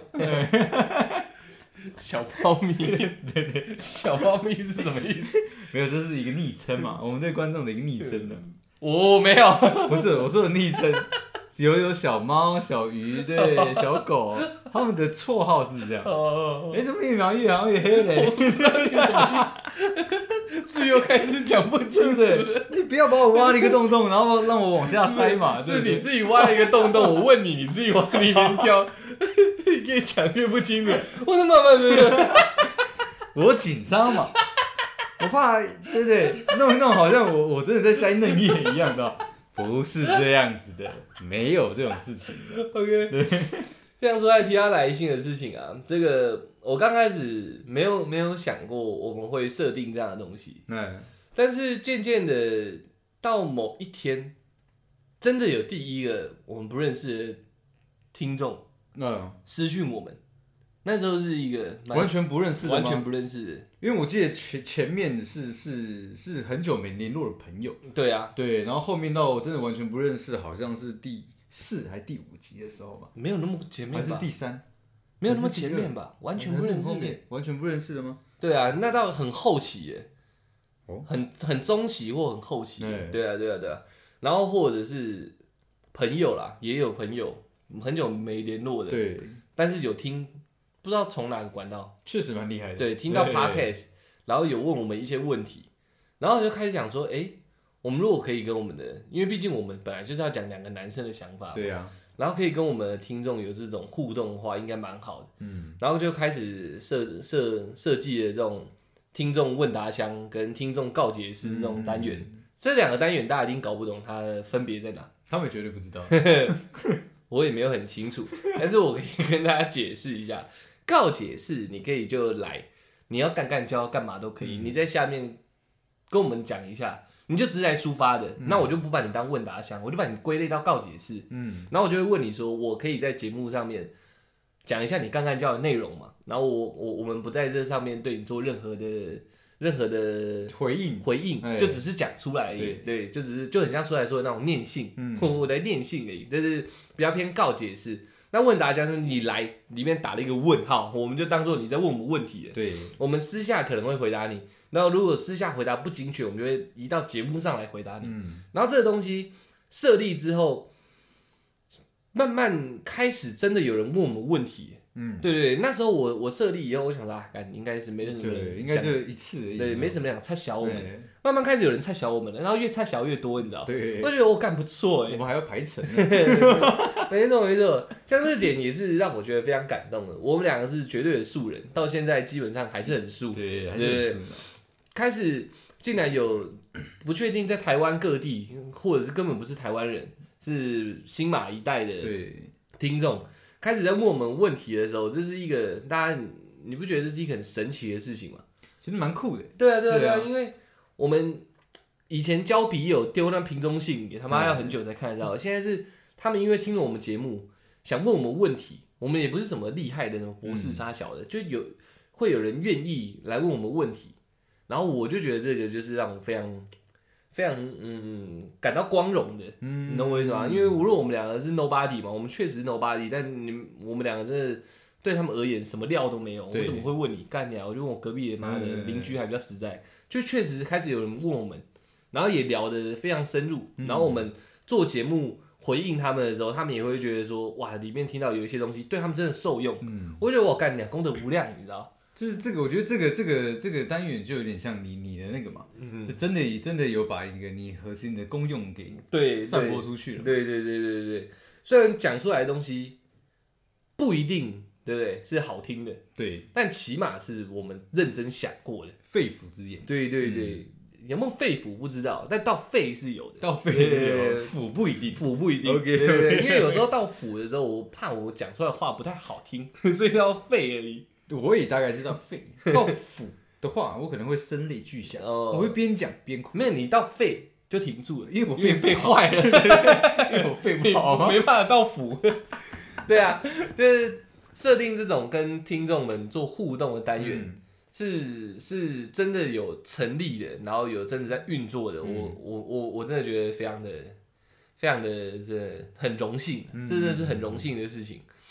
小猫咪，对对，小猫咪是什么意思？ 没有，这是一个昵称嘛，我们对观众的一个昵称的。 我没有， 不是我说的昵称，有有小猫、小鱼，对，小狗，他们的绰号是这样。 哦， 哎，怎么越描越好像越黑嘞？ 我不知道你什么字又开始讲不清楚了。 你不要把我挖了一个洞洞，然后让我往下塞嘛。 是你自己挖了一个洞洞，我问你，你自己往里面跳，越讲越不清楚。我的妈妈，对不对？ 我紧张嘛。我怕，对不对？弄弄好像我我真的在摘嫩叶一样的，不是这样子的，没有这种事情的。 OK， 对。这样说来提他来信的事情啊，这个我刚开始没有没有想过我们会设定这样的东西， 嗯， 但是渐渐的到某一天，真的有第一个我们不认识的听众，嗯，私讯我们。那时候是一个完全不认识的吗？ 完全不认识的， 因为我记得前前面是是是很久没联络的朋友， 对啊， 对，然后后面到我真的完全不认识，好像是第四还第五集的时候吧， 没有那么前面吧， 还是第三， 没有那么前面吧，完全不认识的， 完全不认识的吗？ 对啊，那到很后期耶，哦，很很中期或很后期，对啊对啊对啊，然后或者是朋友啦，也有朋友很久没联络的， 对， 但是有听。不知道从哪个管道， 确实蛮厉害的。 对，听到 podcast， 然后有问我们一些问题，然后就开始讲说，哎，我们如果可以跟我们的，因为毕竟我们本来就是要讲两个男生的想法， 对啊， 然后可以跟我们的听众有这种互动的话，应该蛮好的。嗯，然后就开始设设设计了这种听众问答箱跟听众告解室这种单元。嗯、这两个单元大家一定搞不懂它的分别在哪， 他们绝对不知道， 我也没有很清楚，但是我可以跟大家解释一下。告解室，你可以就来，你要干干交干嘛都可以。嗯、你在下面跟我们讲一下，你就只是来抒发的，嗯、那我就不把你当问答箱，我就把你归类到告解室。嗯，然后我就会问你说，我可以在节目上面讲一下你干干交的内容嘛？然后我我我们不在这上面对你做任何的任何的回应回应，就只是讲出来而已。对, 对，就只是就很像出来说的那种念信，嗯、我的念信而已，这是比较偏告解室。那问答箱是你来里面打了一个问号，我们就当做你在问我们问题了。 对， 我们私下可能会回答你，然后如果私下回答不精确，我们就会移到节目上来回答你。嗯、然后这个东西设立之后，慢慢开始真的有人问我们问题。嗯，对对对，那时候我我设立以后，我想说啊，应该是没什么人， 应该就一次而已， 对，没什么人想插小我们。慢慢开始有人插小我们了，然后越插小越多，你知道？ 对， 我觉得我干不错哎， 我们还要排程。 没错没错，像这点也是让我觉得非常感动的。我们两个是绝对的素人，到现在基本上还是很素， 对，还是很素。 开始竟然有不确定在台湾各地，或者是根本不是台湾人，是新马一带的听众。开始在问我们问题的时候，这是一个大家你不觉得这是一个很神奇的事情吗？ 其实蛮酷的。 对啊，对啊，对啊，因为我们以前交笔友丢那瓶中信，也他妈要很久才看得到。现在是他们因为听了我们节目，想问我们问题，我们也不是什么厉害的那种博士杀小的，嗯、就有会有人愿意来问我们问题，然后我就觉得这个就是让我非常。非常嗯感到光荣的，嗯、你懂我意思吗？因为如果我们两个是 nobody 嘛，我们确实是 nobody， 但你我们两个真的对他们而言什么料都没有，我怎么会问你干鸟？我就问我隔壁的妈的邻居还比较实在，就确实开始有人问我们，然后也聊得非常深入，然后我们做节目回应他们的时候，他们也会觉得说哇，里面听到有一些东西对他们真的受用，嗯、我觉得我干鸟功德无量，你知道。 就是这个，我觉得这个这个这个单元就有点像你你的那个嘛，嗯、就真的真的有把一个你核心的功用给对散播出去了。 对对对对对对，虽然讲出来的东西不一定对不对是好听的， 对， 但起码是我们认真想过的肺腑之言。 对对对，嗯、有没有肺腑不知道，但到肺是有的， 到肺是有，腑不一定， 腑不一定。 OK， 对对对，因为有时候到腑的时候，我怕我讲出来的话不太好听，所以到肺而已。 我也大概知道肺到腑的话，我可能会声泪俱下，哦、我会边讲边哭。 没有，你到肺就停住了， 因为我肺肺坏了， 因为我肺不好， 没办法到腑。对啊，就是设定这种跟听众们做互动的单元，嗯、是是真的有成立的，然后有真的在运作的。嗯、我我我我真的觉得非常的非常的这很荣幸，嗯、这真的是很荣幸的事情。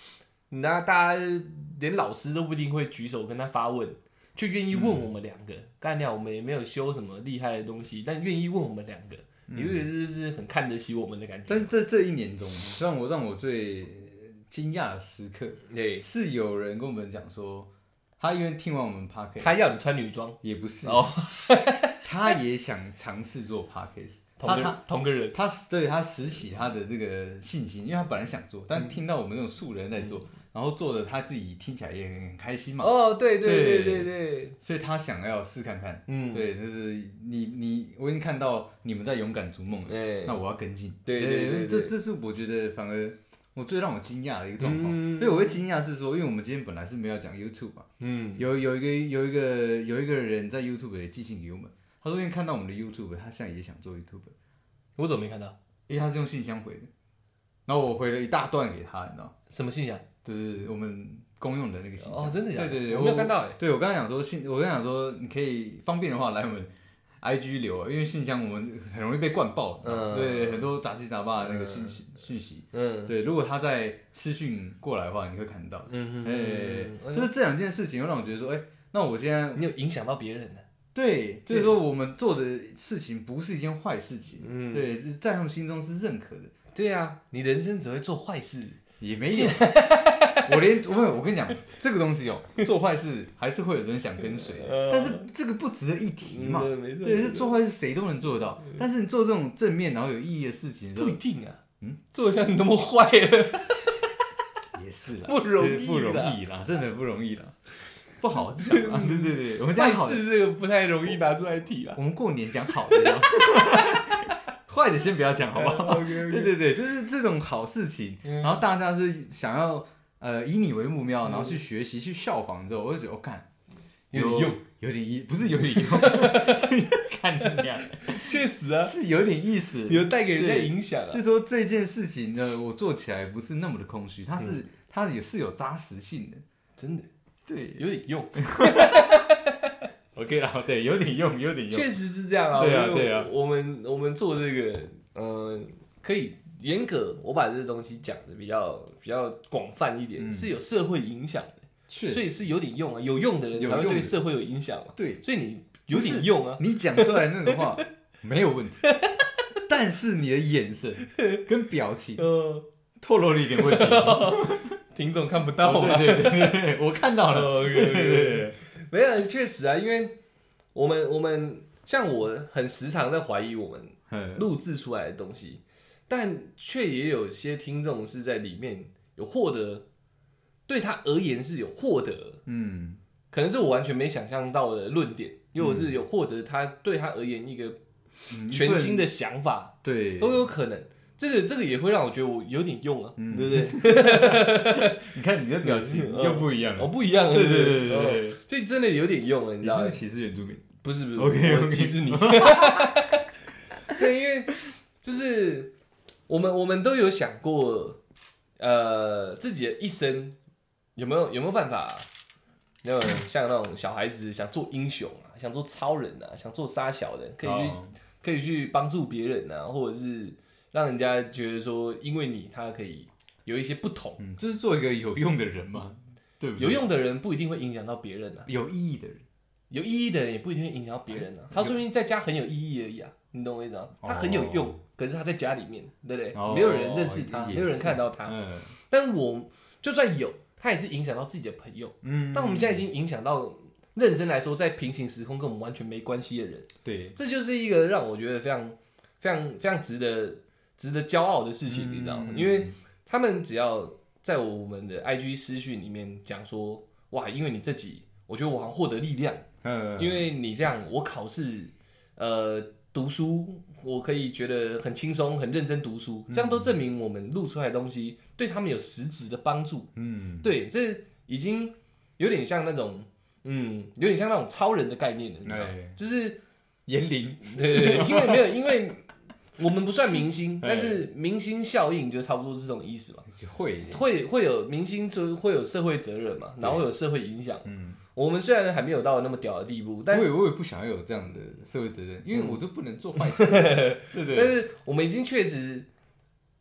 那大家连老师都不一定会举手跟他发问，就愿意问我们两个。干掉、嗯、我们也没有修什么厉害的东西，但愿意问我们两个，你会觉得就是很看得起我们的感觉。 但是这这一年中，让我让我最惊讶的时刻， 对， 是有人跟我们讲说，他因为听完我们 podcast， 他要你穿女装， 也不是哦， 他也想尝试做 podcast。 同个他同个人， 他对他拾起他的这个信心，因为他本来想做，但听到我们这种素人在做，嗯、然后做的他自己听起来也很开心嘛。 哦，对对对对对， 所以他想要试看看。 嗯， 对，就是你你我已经看到你们在勇敢逐梦了， 欸、 那我要跟进。 对对 对, 对, 对，这这是我觉得反而我最让我惊讶的一个状况。 嗯、 因为我会惊讶是说，因为我们今天本来是没有讲 YouTube 嘛，嗯，有有一个有一个有一个人在 YouTube 也寄信给我们，他说因为看到我们的 YouTube， 他现在也想做 YouTube。 我怎么没看到？ 因为他是用信箱回的，然后我回了一大段给他，你知道什么信箱？ 就是我们公用的那个信箱。 哦，真的假的？ 对对对， 我没有看到哎。 对，我刚才讲说信，我刚才讲说你可以方便的话来我们 I G 留，因为信箱我们很容易被灌爆，嗯，对，很多杂七杂八的那个讯息讯息，嗯，对，如果他在私讯过来的话，你会看到，嗯嗯，哎，就是这两件事情，让我觉得说，哎，那我现在你有影响到别人呢？ 对，就是说我们做的事情不是一件坏事情，嗯，对，是在他们心中是认可的。 对啊，你人生只会做坏事， 也没有，我连我我跟你讲，这个东西哦，做坏事还是会有人想跟随，但是这个不值得一提嘛，对，是做坏事谁都能做得到，但是你做这种正面然后有意义的事情， 不一定啊，嗯，做得像你那么坏了， 也是啦， 不容易， 不容易啦，真的不容易啦。不好讲啊，对对对，我们讲坏事这个不太容易拿出来提啦。 我们过年讲好的，坏的先不要讲，好不好？对对对，就是这种好事情，然后大家是想要呃以你为目标，然后去学习、去效仿之后，我就觉得我看有点用， 有点意，不是有点用，是看你俩， 确实啊， 是有点意思， 有带给人家影响。 是说这件事情呢，我做起来不是那么的空虚，它是它也是有扎实性的， 真的。 对， 有点用 ，OK 啦，对，有点用，有点用， 确实是这样啊。 对啊，对啊， 我们我们做这个，嗯、呃，可以严格，我把这个东西讲的比较比较广泛一点，嗯、是有社会影响的，所以是有点用啊，有用的人才会对社会有影响嘛。 对， 所以你有点用啊， 你讲出来那种话没有问题，但是你的眼神跟表情，呃，透露了一点问题。 听众看不到嘛？ 哦、对对对对，我看到了。 哦、okay, 对对对，没有，确实啊，因为我们我们像我很时常在怀疑我们录制出来的东西，但却也有些听众是在里面有获得，对他而言是有获得，嗯，可能是我完全没想象到的论点，又或是有获得他对他而言一个全新的想法， 嗯、对， 都有可能。这个这个也会让我觉得我有点用啊，嗯、对不对？ 你看你的表情就不一样了， 哦，不一样了， 对对对对对， 所以真的有点用了，你知道吗？ 你是不是歧视原住民？ 不是不是 ，OK， 我歧视你。对，因为就是我们我们都有想过，呃，自己的一生有没有有没有办法，那种像那种小孩子想做英雄啊，想做超人啊，想做杀小的，可以去、oh. 可以去帮助别人啊，或者是。让人家觉得说，因为你他可以有一些不同， 嗯，就是做一个有用的人嘛，对不对？ 有用的人不一定会影响到别人啊， 有意义的人， 有意义的人也不一定会影响到别人啊。他说不定在家很有意义而已啊，你懂我意思吗？他很有用，可是他在家里面，对不对？ 哦、 没有人认识他，没有人看到他。 嗯、 但我就算有，他也是影响到自己的朋友。嗯，但我们现在已经影响到，认真来说，在平行时空跟我们完全没关系的人。 对， 这就是一个让我觉得非常、非常、非常值得。值得骄傲的事情，你知道吗？因为他们只要在我们的 I G 私讯里面讲说，哇，因为你这集，我觉得我好像获得力量，因为你这样，我考试，呃，读书，我可以觉得很轻松，很认真读书，这样都证明我们录出来的东西对他们有实质的帮助。嗯，对，这已经有点像那种，嗯，有点像那种超人的概念了，你知道吗？就是言灵， 对对对，因为没有，因为。我们不算明星，但是明星效应就差不多是这种意思嘛。 会会会有明星就会有社会责任嘛，然后会有社会影响。嗯，我们虽然还没有到那么屌的地步，但我也我也不想要有这样的社会责任，因为我就不能做坏事，对不对？ 但是我们已经确实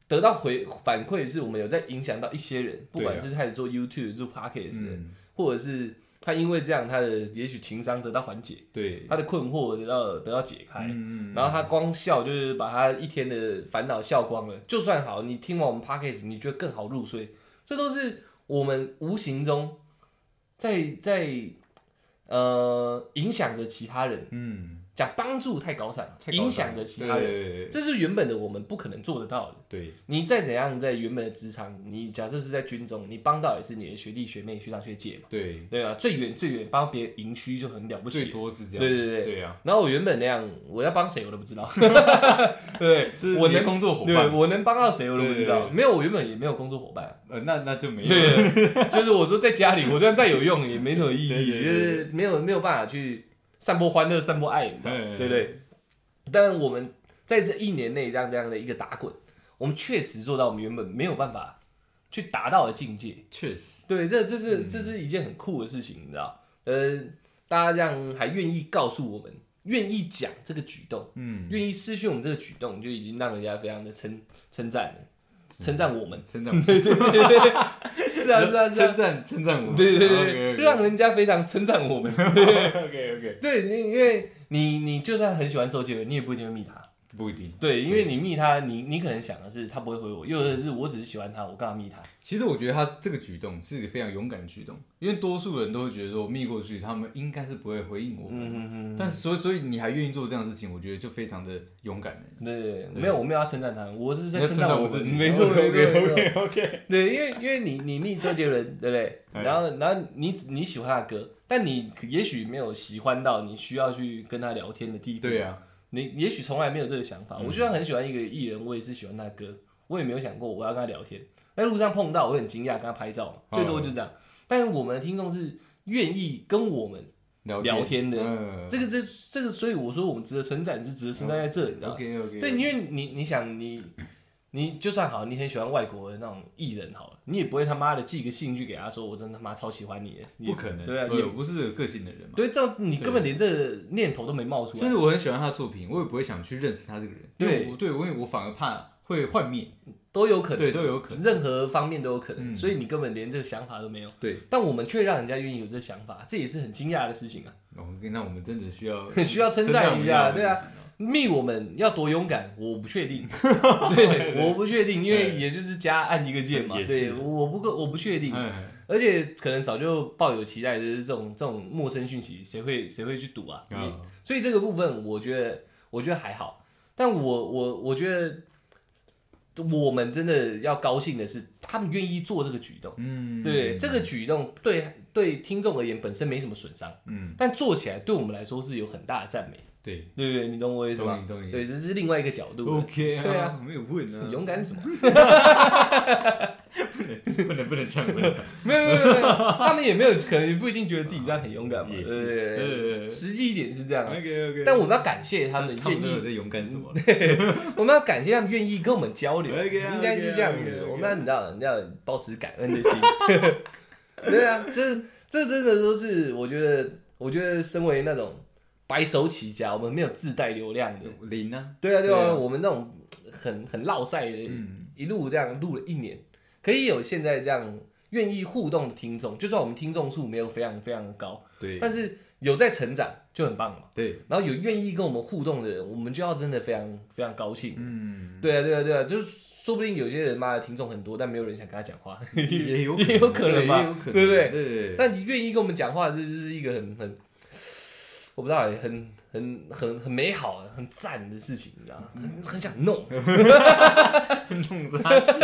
得到回反馈是我们有在影响到一些人，不管是开始做 YouTube 做 Podcast 的、嗯、或者是他因为这样他的也许情商得到缓解， 对， 他的困惑得到得到解开、 嗯、 然后他光笑就是把他一天的烦恼笑光了，就算好你听完我们 Podcast 你觉得更好入睡，这都是我们无形中在在呃影响着其他人，嗯。讲帮助太高尚，影响着其他人，对对对对，这是原本的我们不可能做得到的。对，你再怎样在原本的职场，你假设是在军中，你帮到也是你的学弟学妹、学长学姐嘛。对对啊，最远最远帮别人营区就很了不起， 最多是这样。 对对对对啊。 然后我原本那样，我要帮谁我都不知道。对， 我能工作伙伴， 对，我能帮到谁我都不知道。对对对，没有，我原本也没有工作伙伴。 呃，那那就没有。 对，就是我说在家里，我就算再有用也没什么意义，对对对对，就是没有没有办法去散播欢乐、散播爱，对不对？但我们在这一年内这样这样的一个打滚，我们确实做到我们原本没有办法去达到的境界。 确实， 对，这这是这是一件很酷的事情，你知道？呃，大家这样还愿意告诉我们，愿意讲这个举动，嗯，愿意私讯我们这个举动，就已经让人家非常的称称赞了。称赞我们， 称赞我们， 对对对对，是啊是啊是啊， 称赞称赞我们， 对对对，让人家非常称赞我们。 OK OK， 对，因为你你就算很喜欢周杰伦，你也不一定会密他， 不一定。 对，因为你密他，你你可能想的是他不会回我，又或者是我只是喜欢他，我干嘛密他？ 其实我觉得他这个举动是一个非常勇敢的举动，因为多数人都会觉得说密过去，他们应该是不会回应我们。嗯嗯嗯。但是所以所以你还愿意做这样的事情，我觉得就非常的勇敢了。 对对对，没有我没有要称赞他，我是在称赞我自己。 没错没错 OK OK。 对，因为因为你你密周杰伦，对不对？然后然后你你喜欢他的歌，但你也许没有喜欢到你需要去跟他聊天的地步。 对啊。 你也许从来没有这个想法。嗯、我就算很喜欢一个艺人，我也是喜欢他的歌，我也没有想过我要跟他聊天。在路上碰到，我很惊讶，跟他拍照嘛，最多就这样。哦、但是我们的听众是愿意跟我们聊天的，嗯、这个这这个，所以我说我们值得称赞，是值得称赞在这里，你知道吗 ？OK OK。 对，因为你你想你。你就算好，你很喜欢外国的那种艺人好了，你也不会他妈的寄个信去给他说，我真的他妈超喜欢你的， 不可能， 对啊， 也不是这个个性的人嘛。 对，这样子你根本连这个念头都没冒出来。 甚至我很喜欢他的作品，我也不会想去认识他这个人。对，我对，因为我反而怕会幻灭， 都有可能， 对，都有可能， 任何方面都有可能，嗯、所以你根本连这个想法都没有。对，但我们却让人家愿意有这个想法，这也是很惊讶的事情啊。 哦，那我们真的需要需要称赞一下，对啊。密我们要多勇敢，我不确定。对，我不确定，因为也就是加按一个键嘛。对，我不我不确定，而且可能早就抱有期待，就是这种这种陌生讯息，谁会谁会去读啊？嗯、所以这个部分，我觉得我觉得还好。但我我我觉得我们真的要高兴的是，他们愿意做这个举动。嗯，对，这个举动对对听众而言本身没什么损伤。嗯，但做起来对我们来说是有很大的赞美。对对对，你懂我意思吗？对，这是另外一个角度。 OK 啊， 对啊， 没有问啊。 勇敢什么？ 不能不能这样，不能。 没有没有没有，他们也没有，可能不一定觉得自己这样很勇敢嘛。对对对，实际一点是这样。 OK OK。 但我们要感谢他们愿意在勇敢什么？ 我们要感谢他们愿意跟我们交流，应该是这样子。我们要你知道，你要保持感恩的心。对啊，这这真的都是我觉得，我觉得身为那种。白手起家，我们没有自带流量的零啊， 对啊对啊，我们那种很很落赛的，嗯、一路这样录了一年，可以有现在这样愿意互动的听众，就算我们听众数没有非常非常的高，对，但是有在成长就很棒嘛，对，然后有愿意跟我们互动的人，我们就要真的非常非常高兴，嗯，对啊对啊对啊，就是说不定有些人妈的听众很多，但没有人想跟他讲话， 也有也有可能吧， 对不对？ 对， 但你愿意跟我们讲话，这就是一个很很。我不知道，很很很很美好、很赞的事情，你知道吗？很很想弄， 弄啥小？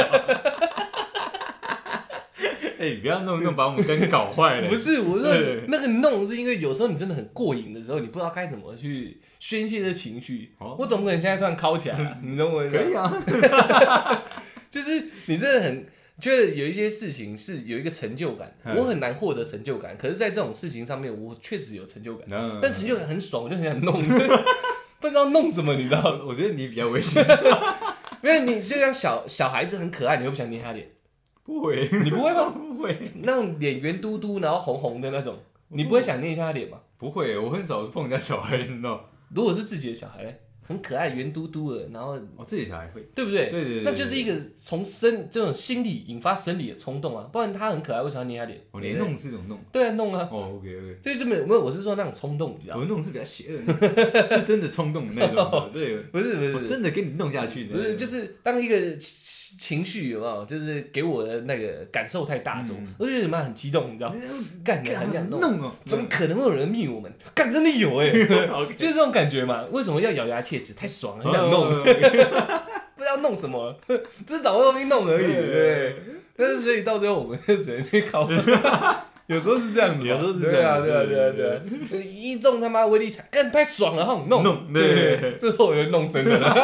哎，不要弄弄，把我们灯搞坏了。 不是，我说那个弄是因为有时候你真的很过瘾的时候，你不知道该怎么去宣泄这情绪。我总不可能现在突然敲起来啊，你懂我意思吗？ 可以啊， 就是你真的很。觉得有一些事情是有一个成就感，我很难获得成就感，可是在这种事情上面，我确实有成就感，嗯、但成就感很爽，我就很想弄，不知道弄什么，你知道？ 我觉得你比较危险， 因为你就像小小孩子很可爱，你会不想捏他脸？ 不会， 你不会吗？ 不会， 那种脸圆嘟嘟，然后红红的那种，你不会想捏一下他脸吗？ 不会，我很少碰人家小孩，你知道？ 如果是自己的小孩， 很可爱圆嘟嘟的，然后哦，自己的小孩会， 对不对？ 对对对， 那就是一个从生这种心理引发生理的冲动啊，不然他很可爱，为什么要捏他脸？ 我连弄是怎么弄？ 对啊，弄啊。 哦，OK OK， 所以就没有没有，我是说那种冲动，你知道吗？ 我弄是比较邪恶的，是真的冲动的那种，对， 不是不是， 我真的给你弄下去， 不是就是当一个情绪有没有，就是给我的那个感受太大的时候，我就觉得妈很激动，你知道？干的很想弄哦， 怎么可能会有人密我们？干真的有哎，就是这种感觉嘛。为什么要咬牙切齿？太爽了，很想弄，不知道弄什么，只是找个东西弄而已，对。但是所以到最后我们就只能去考，有时候是这样子， 有时候是这样， 对啊对啊对啊对啊，一中他妈威力彩，干太爽了，好弄弄，对， 最后我就弄真的了。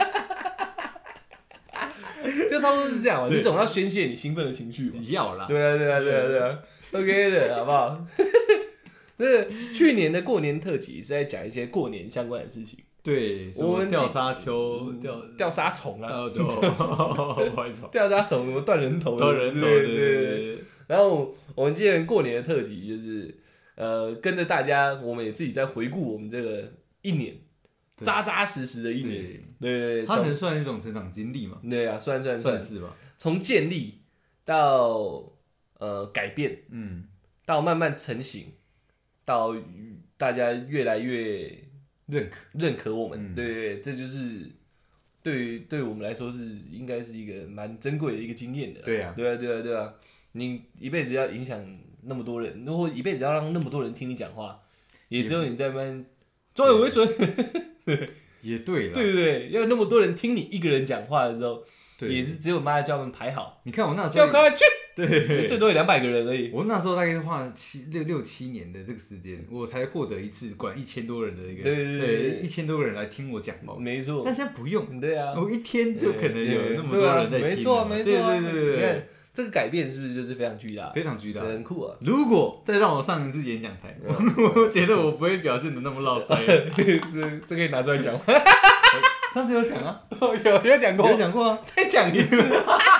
就差不多是这样嘛，你总要宣泄你兴奋的情绪嘛。 要啦， 对啊，对啊，对啊，对啊 ，OK 的，好不好？那去年的过年特辑是在讲一些过年相关的事情。 对，我们钓沙丘、钓钓沙虫啊， 钓钓沙虫什么断人头， 断人头， 对对对对。 然后我们今年过年的特辑就是，呃，跟着大家，我们也自己在回顾我们这个一年。扎扎实实的一年，对对对， 它能算一种成长经历吗？ 对啊，算算算是吧。 从建立到呃改变， 嗯， 到慢慢成型，到大家越来越认可认可我们，对对对，这就是对于对我们来说是应该是一个蛮珍贵的一个经验的。 对啊， 对啊，对啊，对啊，你一辈子要影响那么多人，如果一辈子要让那么多人听你讲话，也只有你在那边抓有为准。 也对了， 对不对？要那么多人听你一个人讲话的时候， 对， 也是只有妈叫他们排好。 你看我那时候， 叫他去， 对， 最多有两百个人而已。 我那时候大概花了七六六七年的这个时间，我才获得一次管一千多人的一个， 对对对， 一千多个人来听我讲话。 没错， 但现在不用， 对啊， 我一天就可能有那么多人在听。 没错没错， 对对对对。 这个改变是不是就是非常巨大？ 非常巨大， 很酷啊！ 如果再让我上一次演讲台，我觉得我不会表现的那么落塞。 这这可以拿出来讲吗？ 上次有讲啊， 有有讲过， 有讲过啊， 再讲一次。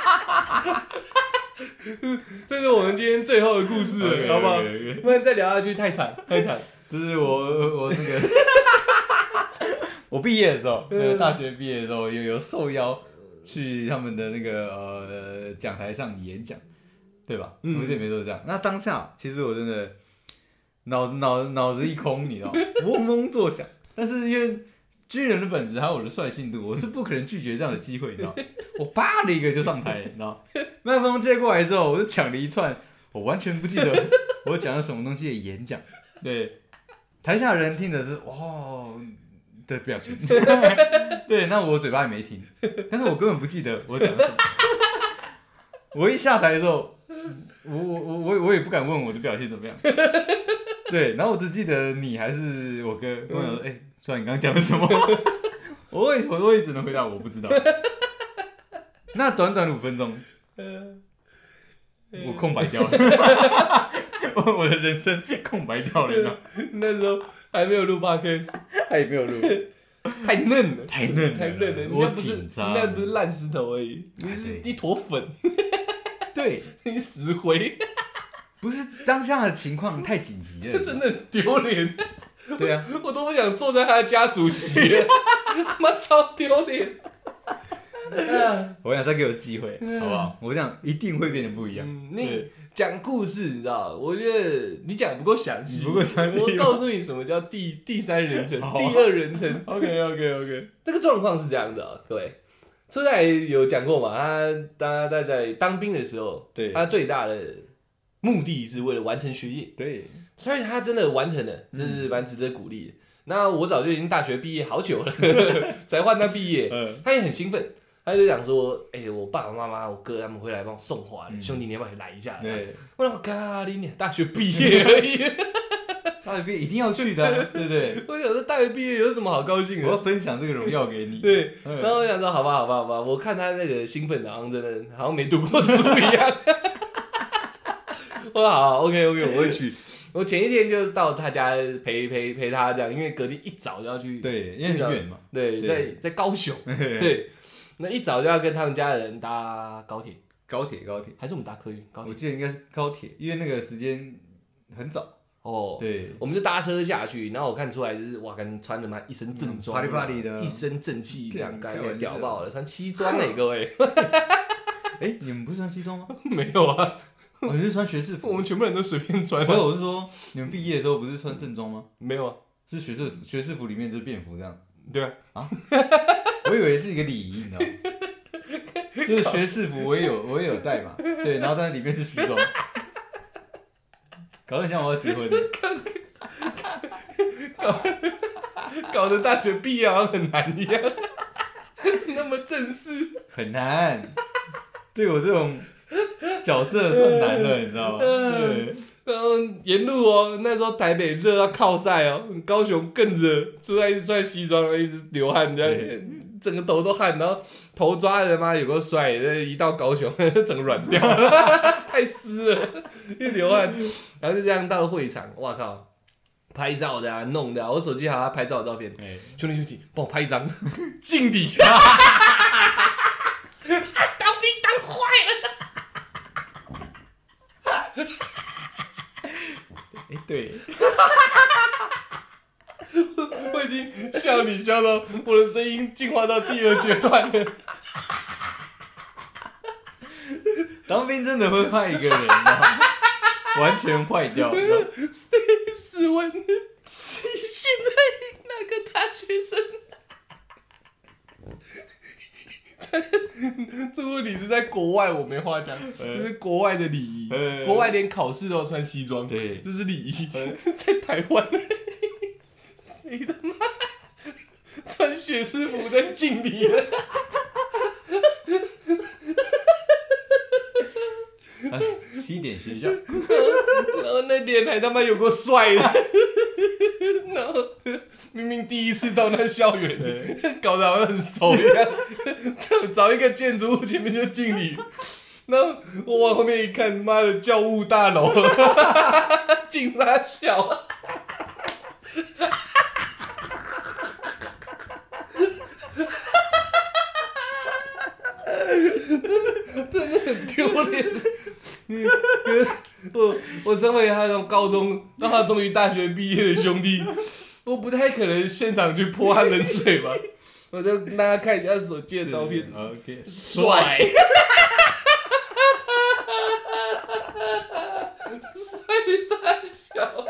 这是我们今天最后的故事了，好不好？不然再聊下去太惨太惨。 这是我我那个我毕业的时候，大学毕业的时候有有受邀。去他们的那个呃讲台上演讲，对吧？嗯，我记得没错，这样。那当下其实我真的脑子脑脑子一空，你知道，嗡嗡作响。但是因为军人的本质还有我的率性度，我是不可能拒绝这样的机会，你知道。我叭的一个就上台，你知道。麦克风接过来之后，我就抢了一串，我完全不记得我讲了什么东西的演讲。对，台下的人听的是哇。的表情，对，那我嘴巴也没停，但是我根本不记得我讲什么。我一下台的时候，我我我我我也不敢问我的表现怎么样。对，然后我只记得你还是我哥跟我说，哎、欸，说你刚刚讲了什么？我会我我也只能回答我不知道。那短短五分钟，我空白掉了，我的人生空白掉了，你知道？ 那时候还没有录 podcast， 他也没有录， 太嫩了， 太嫩了， 太嫩了。 我紧张， 那不是烂石头而已，你是一坨粉， 对， 你死灰。 不是当下的情况太紧急了， 这真的很丢脸。 对啊， 我都不想坐在他的家属席了，他妈超丢脸。 我想再给我机会，好不好？我想一定会变得不一样。 嗯、你讲故事，你知道？我觉得你讲不够详细， 不够详细。 我告诉你什么叫第第三人称、第二人称。 OK OK OK。 这个状况是这样的、哦，各位，初代有讲过嘛？他他他在当兵的时候， 对， 他最大的目的是为了完成学业， 对， 所以他真的完成了，这是蛮值得鼓励的。嗯、那我早就已经大学毕业好久了，才换他毕业，嗯、他也很兴奋。他就讲说，哎、欸，我爸爸妈妈、我哥他们会来帮我送花的，嗯、兄弟你要不要来一下？ 对， 我说咖喱，你大学毕业而已， 大学毕业一定要去的、啊，对不对？ 我想说大学毕业有什么好高兴的？ 我要分享这个荣耀给你。 对，然后我想说，好吧，好吧，好吧，我看他那个兴奋的，好像真的好像没读过书一样。我说好 ，OK OK， 我会去。我前一天就到他家陪陪陪他这样，因为隔天一早就要去， 对，因为很远嘛， 对，在在高雄，对。那一早就要跟他们家的人搭高铁， 高铁高铁， 还是我们搭客运？高铁， 我记得应该是高铁，因为那个时间很早， 哦， 对， 我们就搭车下去，然后我看出来就是哇，跟穿的妈一身正装， 啪里啪里的， 一身正气，这样干的开玩笑屌爆了，穿西装哎，各位， 哎，你们不是穿西装吗？ 没有啊， 我是穿学士服， 我们全部人都随便穿不是，我是说你们毕业的时候不是穿正装吗？ 没有啊， 是学士学士服里面就是便服这样。 对啊， 啊，我以为是一个礼仪，你知道吗？就是学士服我也有我也有带嘛，对，然后在里面是西装，搞得像我要结婚。 搞搞得大学毕业好像很难一样，那么正式， 很难。对我这种角色算难了，你知道吗？对。 然后沿路哦，那时候台北热到靠晒哦，高雄更热，出来一直穿西装，一直流汗，这样整个头都汗，然后头抓的妈有够帅，一到高雄整个软掉，太湿了，一流汗，然后就这样到会场，哇靠，拍照的啊，弄的啊，我手机还有他拍照的照片， 欸、 兄弟兄弟，帮我拍一张，敬礼，当兵当坏了。 哎、欸，对， 我已经笑你笑到我的声音进化到第二阶段了。 当兵真的会坏一个人，你知道吗？完全坏掉，你知道吗？ 谁试问，现在那个大学生？如果你是在国外，我没话讲，这是国外的礼仪，国外连考试都要穿西装， 对， 这是礼仪。在台湾，谁他妈穿学士服在敬礼了？ 啊，西点学校， 然后那脸还他妈有够帅的，然后明明第一次到那校园，搞得好像很熟一样，找一个建筑物前面就敬礼，然后我往后面一看，妈的教务大楼，敬啥小？真的很丢脸。我我身为他那种高中到他终于大学毕业的兄弟，我不太可能现场去泼他冷水吧。我就让他看一下手机的照片， ，OK， 帅，帅傻小。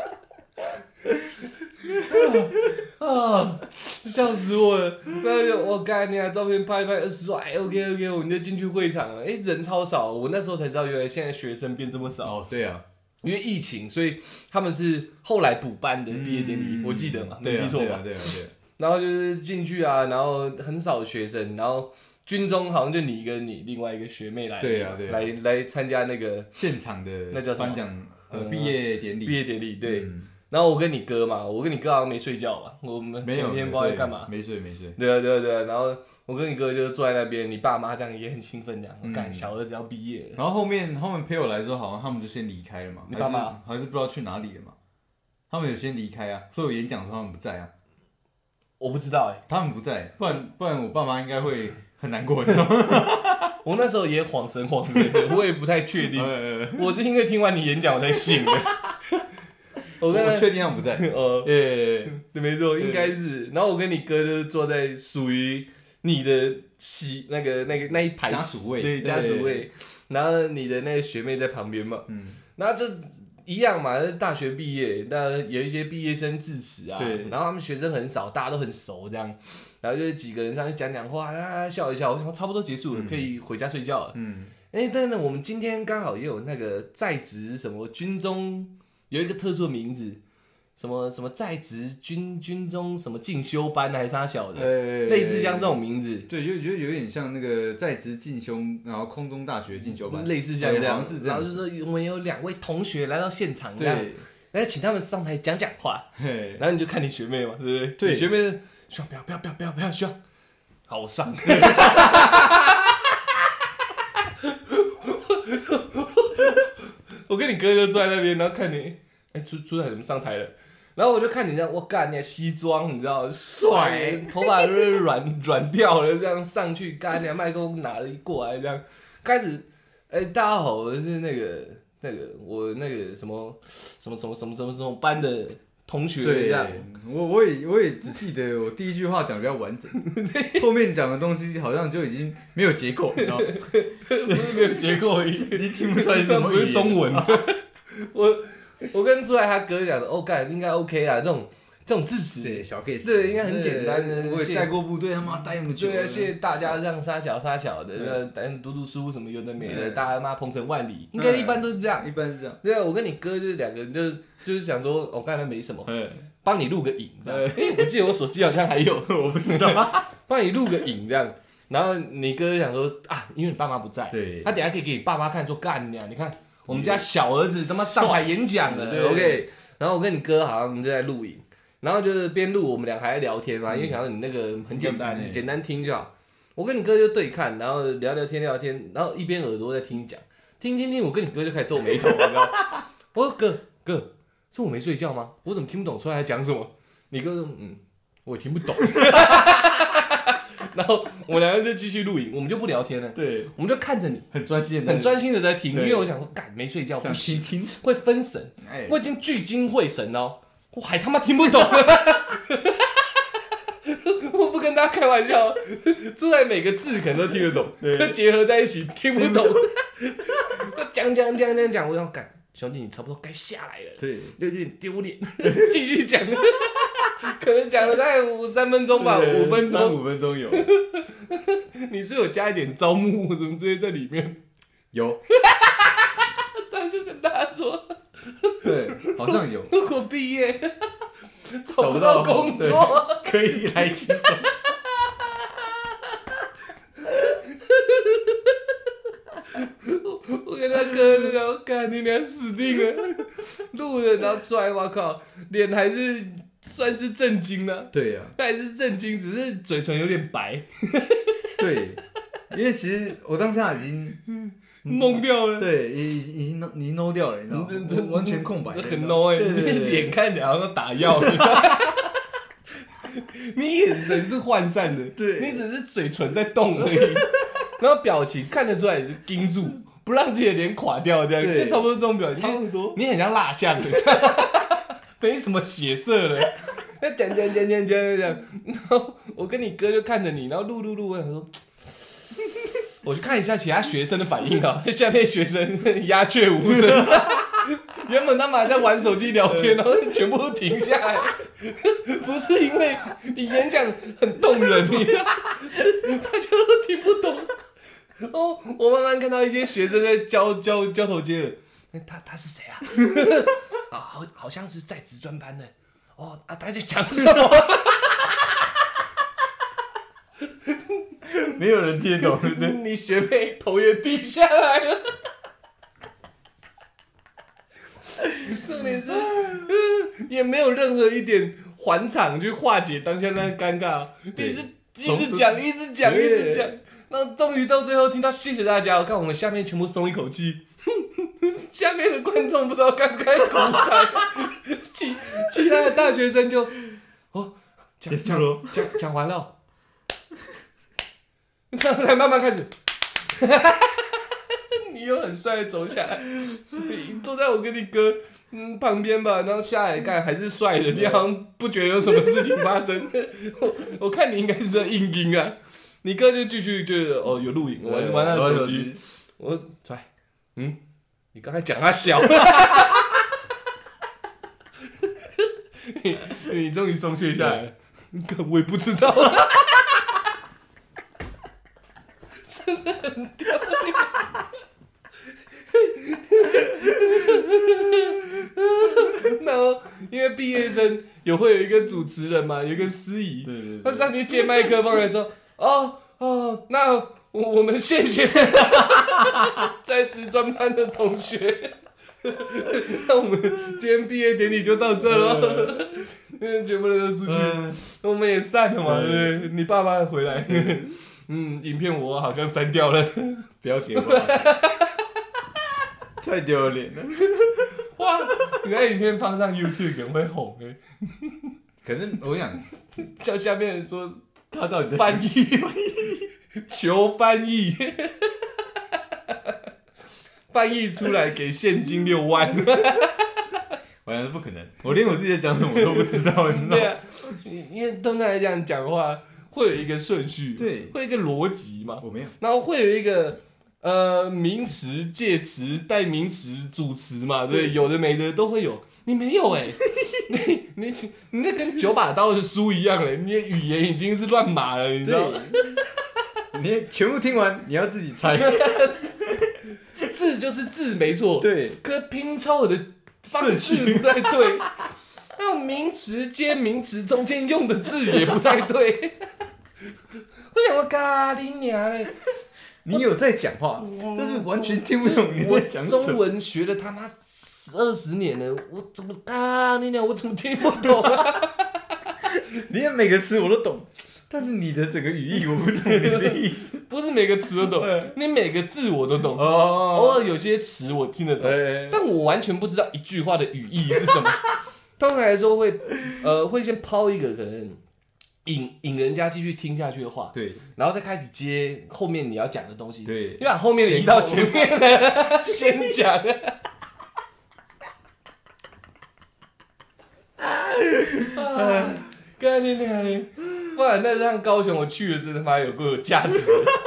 啊！笑死我了！那就我刚才那照片拍一拍，帅 ，OK OK， 我们就进去会场了。哎、欸，人超少，我那时候才知道，原来现在学生变这么少。 哦，对啊， 因为疫情，所以他们是后来补办的毕业典礼，嗯、我记得嘛，没记错吧？ 对啊，对啊，对啊。 然后就是进去啊，然后很少学生，然后军中好像就你跟你另外一个学妹来， 对啊，对啊， 来来参加那个现场的那叫颁奖呃毕业典礼， 毕业典礼对。 嗯然后我跟你哥嘛，我跟你哥好像没睡觉吧？我们前天不知道在干嘛， 没睡没睡。 对啊对啊对啊，然后我跟你哥就坐在那边，你爸妈这样也很兴奋，这样，我干、嗯、小儿子要毕业了。 然后后面后面陪我来的时候，好像他们就先离开了嘛， 你爸妈还是不知道去哪里了嘛？他们有先离开啊，所以我演讲的时候他们不在啊。 我不知道哎、欸， 他们不在，不然不然我爸妈应该会很难过，你知道吗？ 我那时候也恍神恍神的，我也不太确定。我是因为听完你演讲我才醒的。我跟他确定他不在， 呃，对，没错，应该是。然后我跟你哥就是坐在属于你的席那个那个那一排家属位， 对家属位。然后你的那个学妹在旁边嘛，嗯，然后就一样嘛，大学毕业，那有一些毕业生致辞啊，对，然后他们学生很少，大家都很熟这样，然后就是几个人上去讲讲话，啊笑一笑，我想差不多结束了，嗯、可以回家睡觉了，嗯，哎、欸，但是我们今天刚好也有那个在职什么军中。有一个特殊的名字，什么什么在职军军中什么进修班还是啥小的，欸、类似像这种名字， 对，就就有点像那个在职进修，然后空中大学进修班， 类似像这样， 是这样。 然后就说我们有两位同学来到现场，这样，来请他们上台讲讲话，然后你就看你学妹嘛，对不对？对，你学妹希望不要不要不要不要不要希望，好我上。我跟你哥就坐在那边，然后看你，哎、欸，出出来怎么上台了？然后我就看你这样，我干，你还西装，你知道，帅，头发都是软软掉了，这样上去，干，你麦克风拿了一过来，这样开始，哎、欸，大家好，我是那个那个我那个什么什么什么什么什么什么班的同学对， 这样。 我我也我也只记得我第一句话讲的比较完整，后面讲的东西好像就已经没有结构，你知道吗？ 不是没有结构而已， 你听不出来是什么不是中文。我我跟朱来他哥讲的，哦，干应该 OK 啦，这种这种字词， 对，小 case， 对，应该很简单的。 我也带过部队，他妈待那么久。 对啊，谢谢大家这样杀小杀小的，那读读书什么有的没的，大家妈鹏程万里，应该一般都是这样。 一般是这样。 对啊，我跟你哥就是两个人，就是就是想说，我刚才没什么， 嗯， 帮你录个影，这样。哎，我记得我手机好像还有， 我不知道。 帮你录个影这样。然后你哥想说啊，因为你爸妈不在， 对， 他等一下可以给你爸妈看，说干你啊，你看我们家小儿子他妈上台演讲了，对 ，OK。然后我跟你哥好像我们就在录影，然后就是边录我们俩还在聊天嘛，因为想说你那个很简单，简单听就好。我跟你哥就对看，然后聊聊天聊天，然后一边耳朵在听讲，听听听，我跟你哥就开始皱眉头，你知道吗？我说哥哥，是我没睡觉吗？我怎么听不懂出来在讲什么？你哥说嗯，我也听不懂。然后我们两个就继续录影，我们就不聊天了。 对， 我们就看着你， 很专心， 很专心的在听，因为我想说，干没睡觉， 想听清楚， 会分神。 哎， 我已经聚精会神哦，我还他妈听不懂。我不跟大家开玩笑，出来每个字可能都听得懂，可结合在一起听不懂。讲讲讲讲讲，我想干。兄弟，你差不多该下来了， 对， 有点丢脸，继续讲，可能讲了大概五三分钟吧，五分钟， 三五分钟有。 你是有加一点招募什么之类在里面？ 有， 他就跟大家说， 对，好像有。 如果毕业找不到工作， 可以来听懂。 我跟他哥然后干你俩死定了，录了然后出来，我靠，脸还是算是震惊了。 对呀、啊， 他还是震惊，只是嘴唇有点白。 对，因为其实我当下已经弄掉了。 对，已已经已经 no 掉了，你知道吗？完全空白， 很 no 哎、欸，你脸看起来好像打药。你眼神是涣散的， 对， 你只是嘴唇在动而已，然后表情看得出来也是盯住，不让自己的脸垮掉，这样就差不多这种表情， 差不多。 你很像蜡像，没什么血色了。那讲讲讲讲讲讲，然后我跟你哥就看着你，然后录录录，我想说，我去看一下其他学生的反应啊，下面学生鸦雀无声。原本他们还在玩手机聊天，然后全部都停下来，不是因为你演讲很动人，你知道，是大家都听不懂。哦，我慢慢看到一些学生在交交交头接耳，他他是谁啊？啊，好好像是在职专班的。哦啊，他在讲什么？ 没有人听懂， 你学妹头也低下来了。重点是，也没有任何一点缓场去化解当下那个尴尬，一直一直讲，一直讲，一直讲，然后终于到最后听到谢谢大家，我看我们下面全部松一口气，下面的观众不知道该不该鼓掌，其其他的大学生就哦，讲讲讲讲完了，然后才慢慢开始。你又很帅的走下来，坐在我跟你哥嗯旁边吧，然后下来干还是帅的，你好像不觉得有什么事情发生。我我看你应该是在硬盯啊，你哥就继续就哦有录影，玩玩他的手机，我出来，嗯，你刚才讲他小，你你终于松懈下来了，哥我也不知道。真的很丢脸。然后，因为毕业生有会有一个主持人嘛，有一个司仪， 对对对， 他上去接麦克风来说：“哦哦，那我我们谢谢在职专班的同学，那我们今天毕业典礼就到这了，嗯，全部人都出去，嗯、我们也散了嘛，对不对？你爸妈回来，嗯，影片我好像删掉了， 不要给我。”太丢脸了！ 哇，你那影片放上 YouTube 可能会红哎、欸。 可是我想叫下面人说他到底在翻译，求翻译。 翻译出来给现金六万。 完全是不可能，我连我自己在讲什么都不知道，你知道吗？ 对啊，因为通常来讲讲话会有一个顺序， 对， 会有一个逻辑嘛。 我没有， 然后会有一个呃名词、介词、代名词、主词嘛，对，有的没的都会有。你没有哎、欸，你你你那跟九把刀的书一样嘞、欸，你的语言已经是乱码了，你知道吗？ 你全部听完，你要自己猜。 字就是字没错， 对， 可拼凑的方式不太对，还有名词接名词中间用的字也不太对。我想说，咖喱娘嘞！ 你有在讲话，但是完全听不懂你在讲什么。 我中文学了他妈二十年了，我怎么咖喱娘？我怎么听不懂啊？ 你的每个词我都懂，但是你的整个语义我不懂你的意思。 不是每个词都懂，你每个字我都懂。 哦， 偶尔有些词我听得懂，但我完全不知道一句话的语义是什么。通常来说会，呃，会先抛一个可能引引人家继续听下去的话， 对， 然后再开始接后面你要讲的东西， 对， 你把后面的移到前面了，先讲。啊，干你娘的！不然那趟高雄我去了，真他妈有够有价值。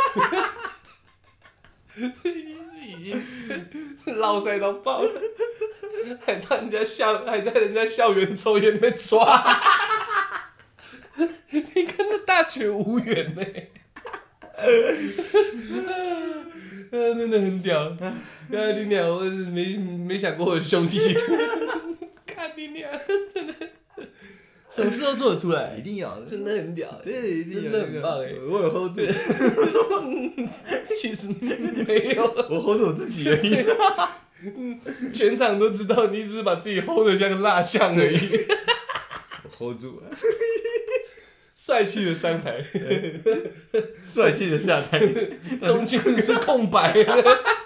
已经落塞到爆了，还在人家校，还在人家校园抽烟被抓，你跟那大学无缘呢、欸。真的很屌，看你娘，我没没想过我的兄弟，看你娘，真的。什么事都做得出来， 一定要的， 真的很屌， 对，一定真的很棒哎！ 我有 hold 住， 其实没有， 我 hold 住我自己而已。 全场都知道你只是把自己 hold 得像个蜡像而已。 我 hold 住了， 帅气的上台， 帅气的下台， 中间是空白的。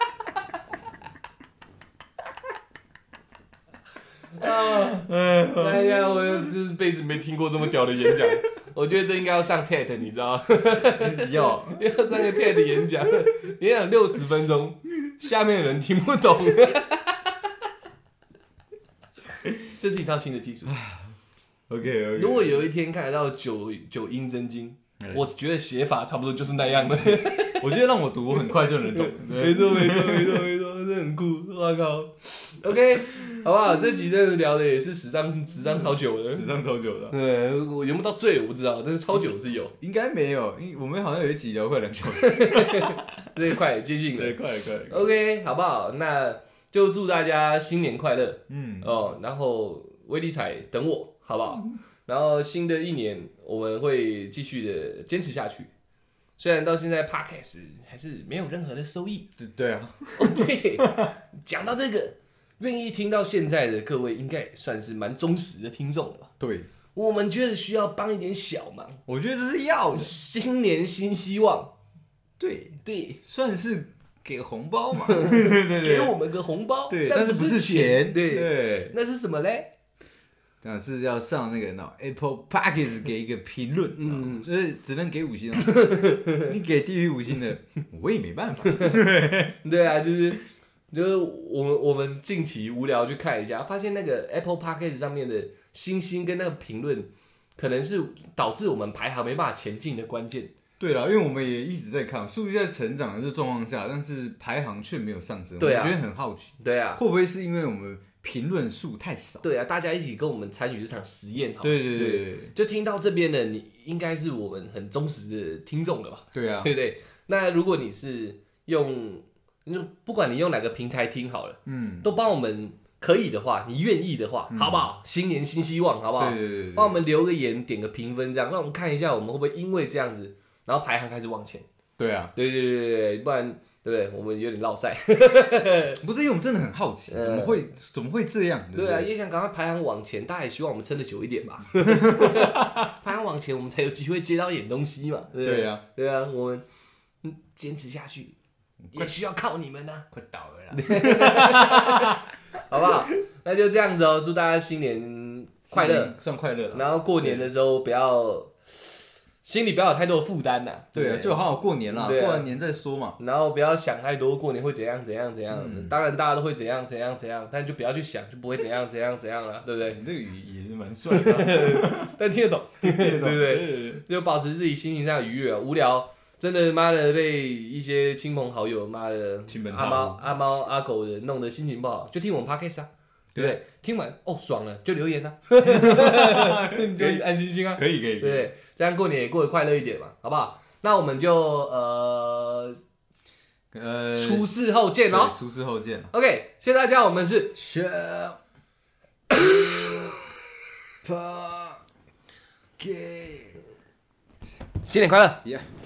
啊，哎呀，我这辈子没听过这么屌的演讲，我觉得这应该要上 T E D， 你知道吗？ 要要上个 T E D 演讲，演讲六十分钟，下面的人听不懂。这是一套新的技术。 OK OK。 如果有一天看得到九九阴真经，我觉得写法差不多就是那样的。 我觉得让我读，我很快就能懂。 没错没错没错没错，这很酷，我靠。OK， 好不好？这集真的聊的也是史上史上超久的， 史上超久的。 对，我有没有到最我不知道，但是超久是有。 应该没有，我们好像有一集聊快两小时。 对，快接近了。 对，快了快了。 OK， 好不好？那就祝大家新年快乐。 嗯。 哦，然后威力彩等我，好不好？然后新的一年我们会继续的坚持下去。虽然到现在 Podcast 还是没有任何的收益， 对对啊， 哦对，讲到这个，愿意听到现在的各位应该也算是蛮忠实的听众了吧？ 对， 我们觉得需要帮一点小忙， 我觉得这是要的， 新年新希望， 对对， 算是给红包嘛，对对对， 给我们个红包， 对， 但不是钱， 对对， 那是什么嘞？ 但是要上那个那 Apple Podcast 给一个评论，嗯，就是只能给五星哦。你给低于五星的，我也没办法。 对啊，就是就是我们我们近期无聊去看一下，发现那个 Apple Podcast 上面的星星跟那个评论，可能是导致我们排行没办法前进的关键。 对啦，因为我们也一直在看数据在成长的这状况下，但是排行却没有上升， 对啊， 我觉得很好奇。 对啊， 会不会是因为我们评论数太少？ 对啊，大家一起跟我们参与这场实验，好， 对对对 对, 对， 就听到这边的你，应该是我们很忠实的听众了吧？ 对啊， 对不对？那如果你是用，不管你用哪个平台听好了，嗯，都帮我们可以的话，你愿意的话，嗯、好不好？新年新希望，好不好？ 对对 对, 对， 帮我们留个言，点个评分，这样让我们看一下，我们会不会因为这样子，然后排行开始往前？ 对啊， 对对对对，不然。对不对？我们有点落赛， 不是因为我们真的很好奇，怎么会怎么会这样？对, 对啊，也想赶快排行往前，大家也希望我们撑得久一点吧。排行往前，我们才有机会接到演东西嘛。对, 对啊， 对啊，我们坚持下去，也需要靠你们呢、啊。 快倒了啦， 好不好？那就这样子哦，祝大家新年快乐， 算快乐。 然后过年的时候不要心里不要有太多的负担呐。 对啊，就好好过年啦，过完年再说嘛。 然后不要想太多，过年会怎样怎样怎样。 嗯、 当然大家都会怎样怎样怎样，但就不要去想，就不会怎样怎样怎样了，对不对？ 你这个语也是蛮帅的， 但听得懂，对不对？就保持自己心情上愉悦，无聊。真的妈的被一些亲朋好友妈的阿猫阿猫阿狗的弄得心情不好，就听我们 podcast 啊，对不对？听完哦爽了就留言啊，你就安心心啊， 可以可以， 对不对？这样过年也过得快乐一点嘛，好不好？那我们就呃呃出事后见喽， 出事后见。 OK， 谢谢大家，我们是 Shut Up， 新年快乐。 Yeah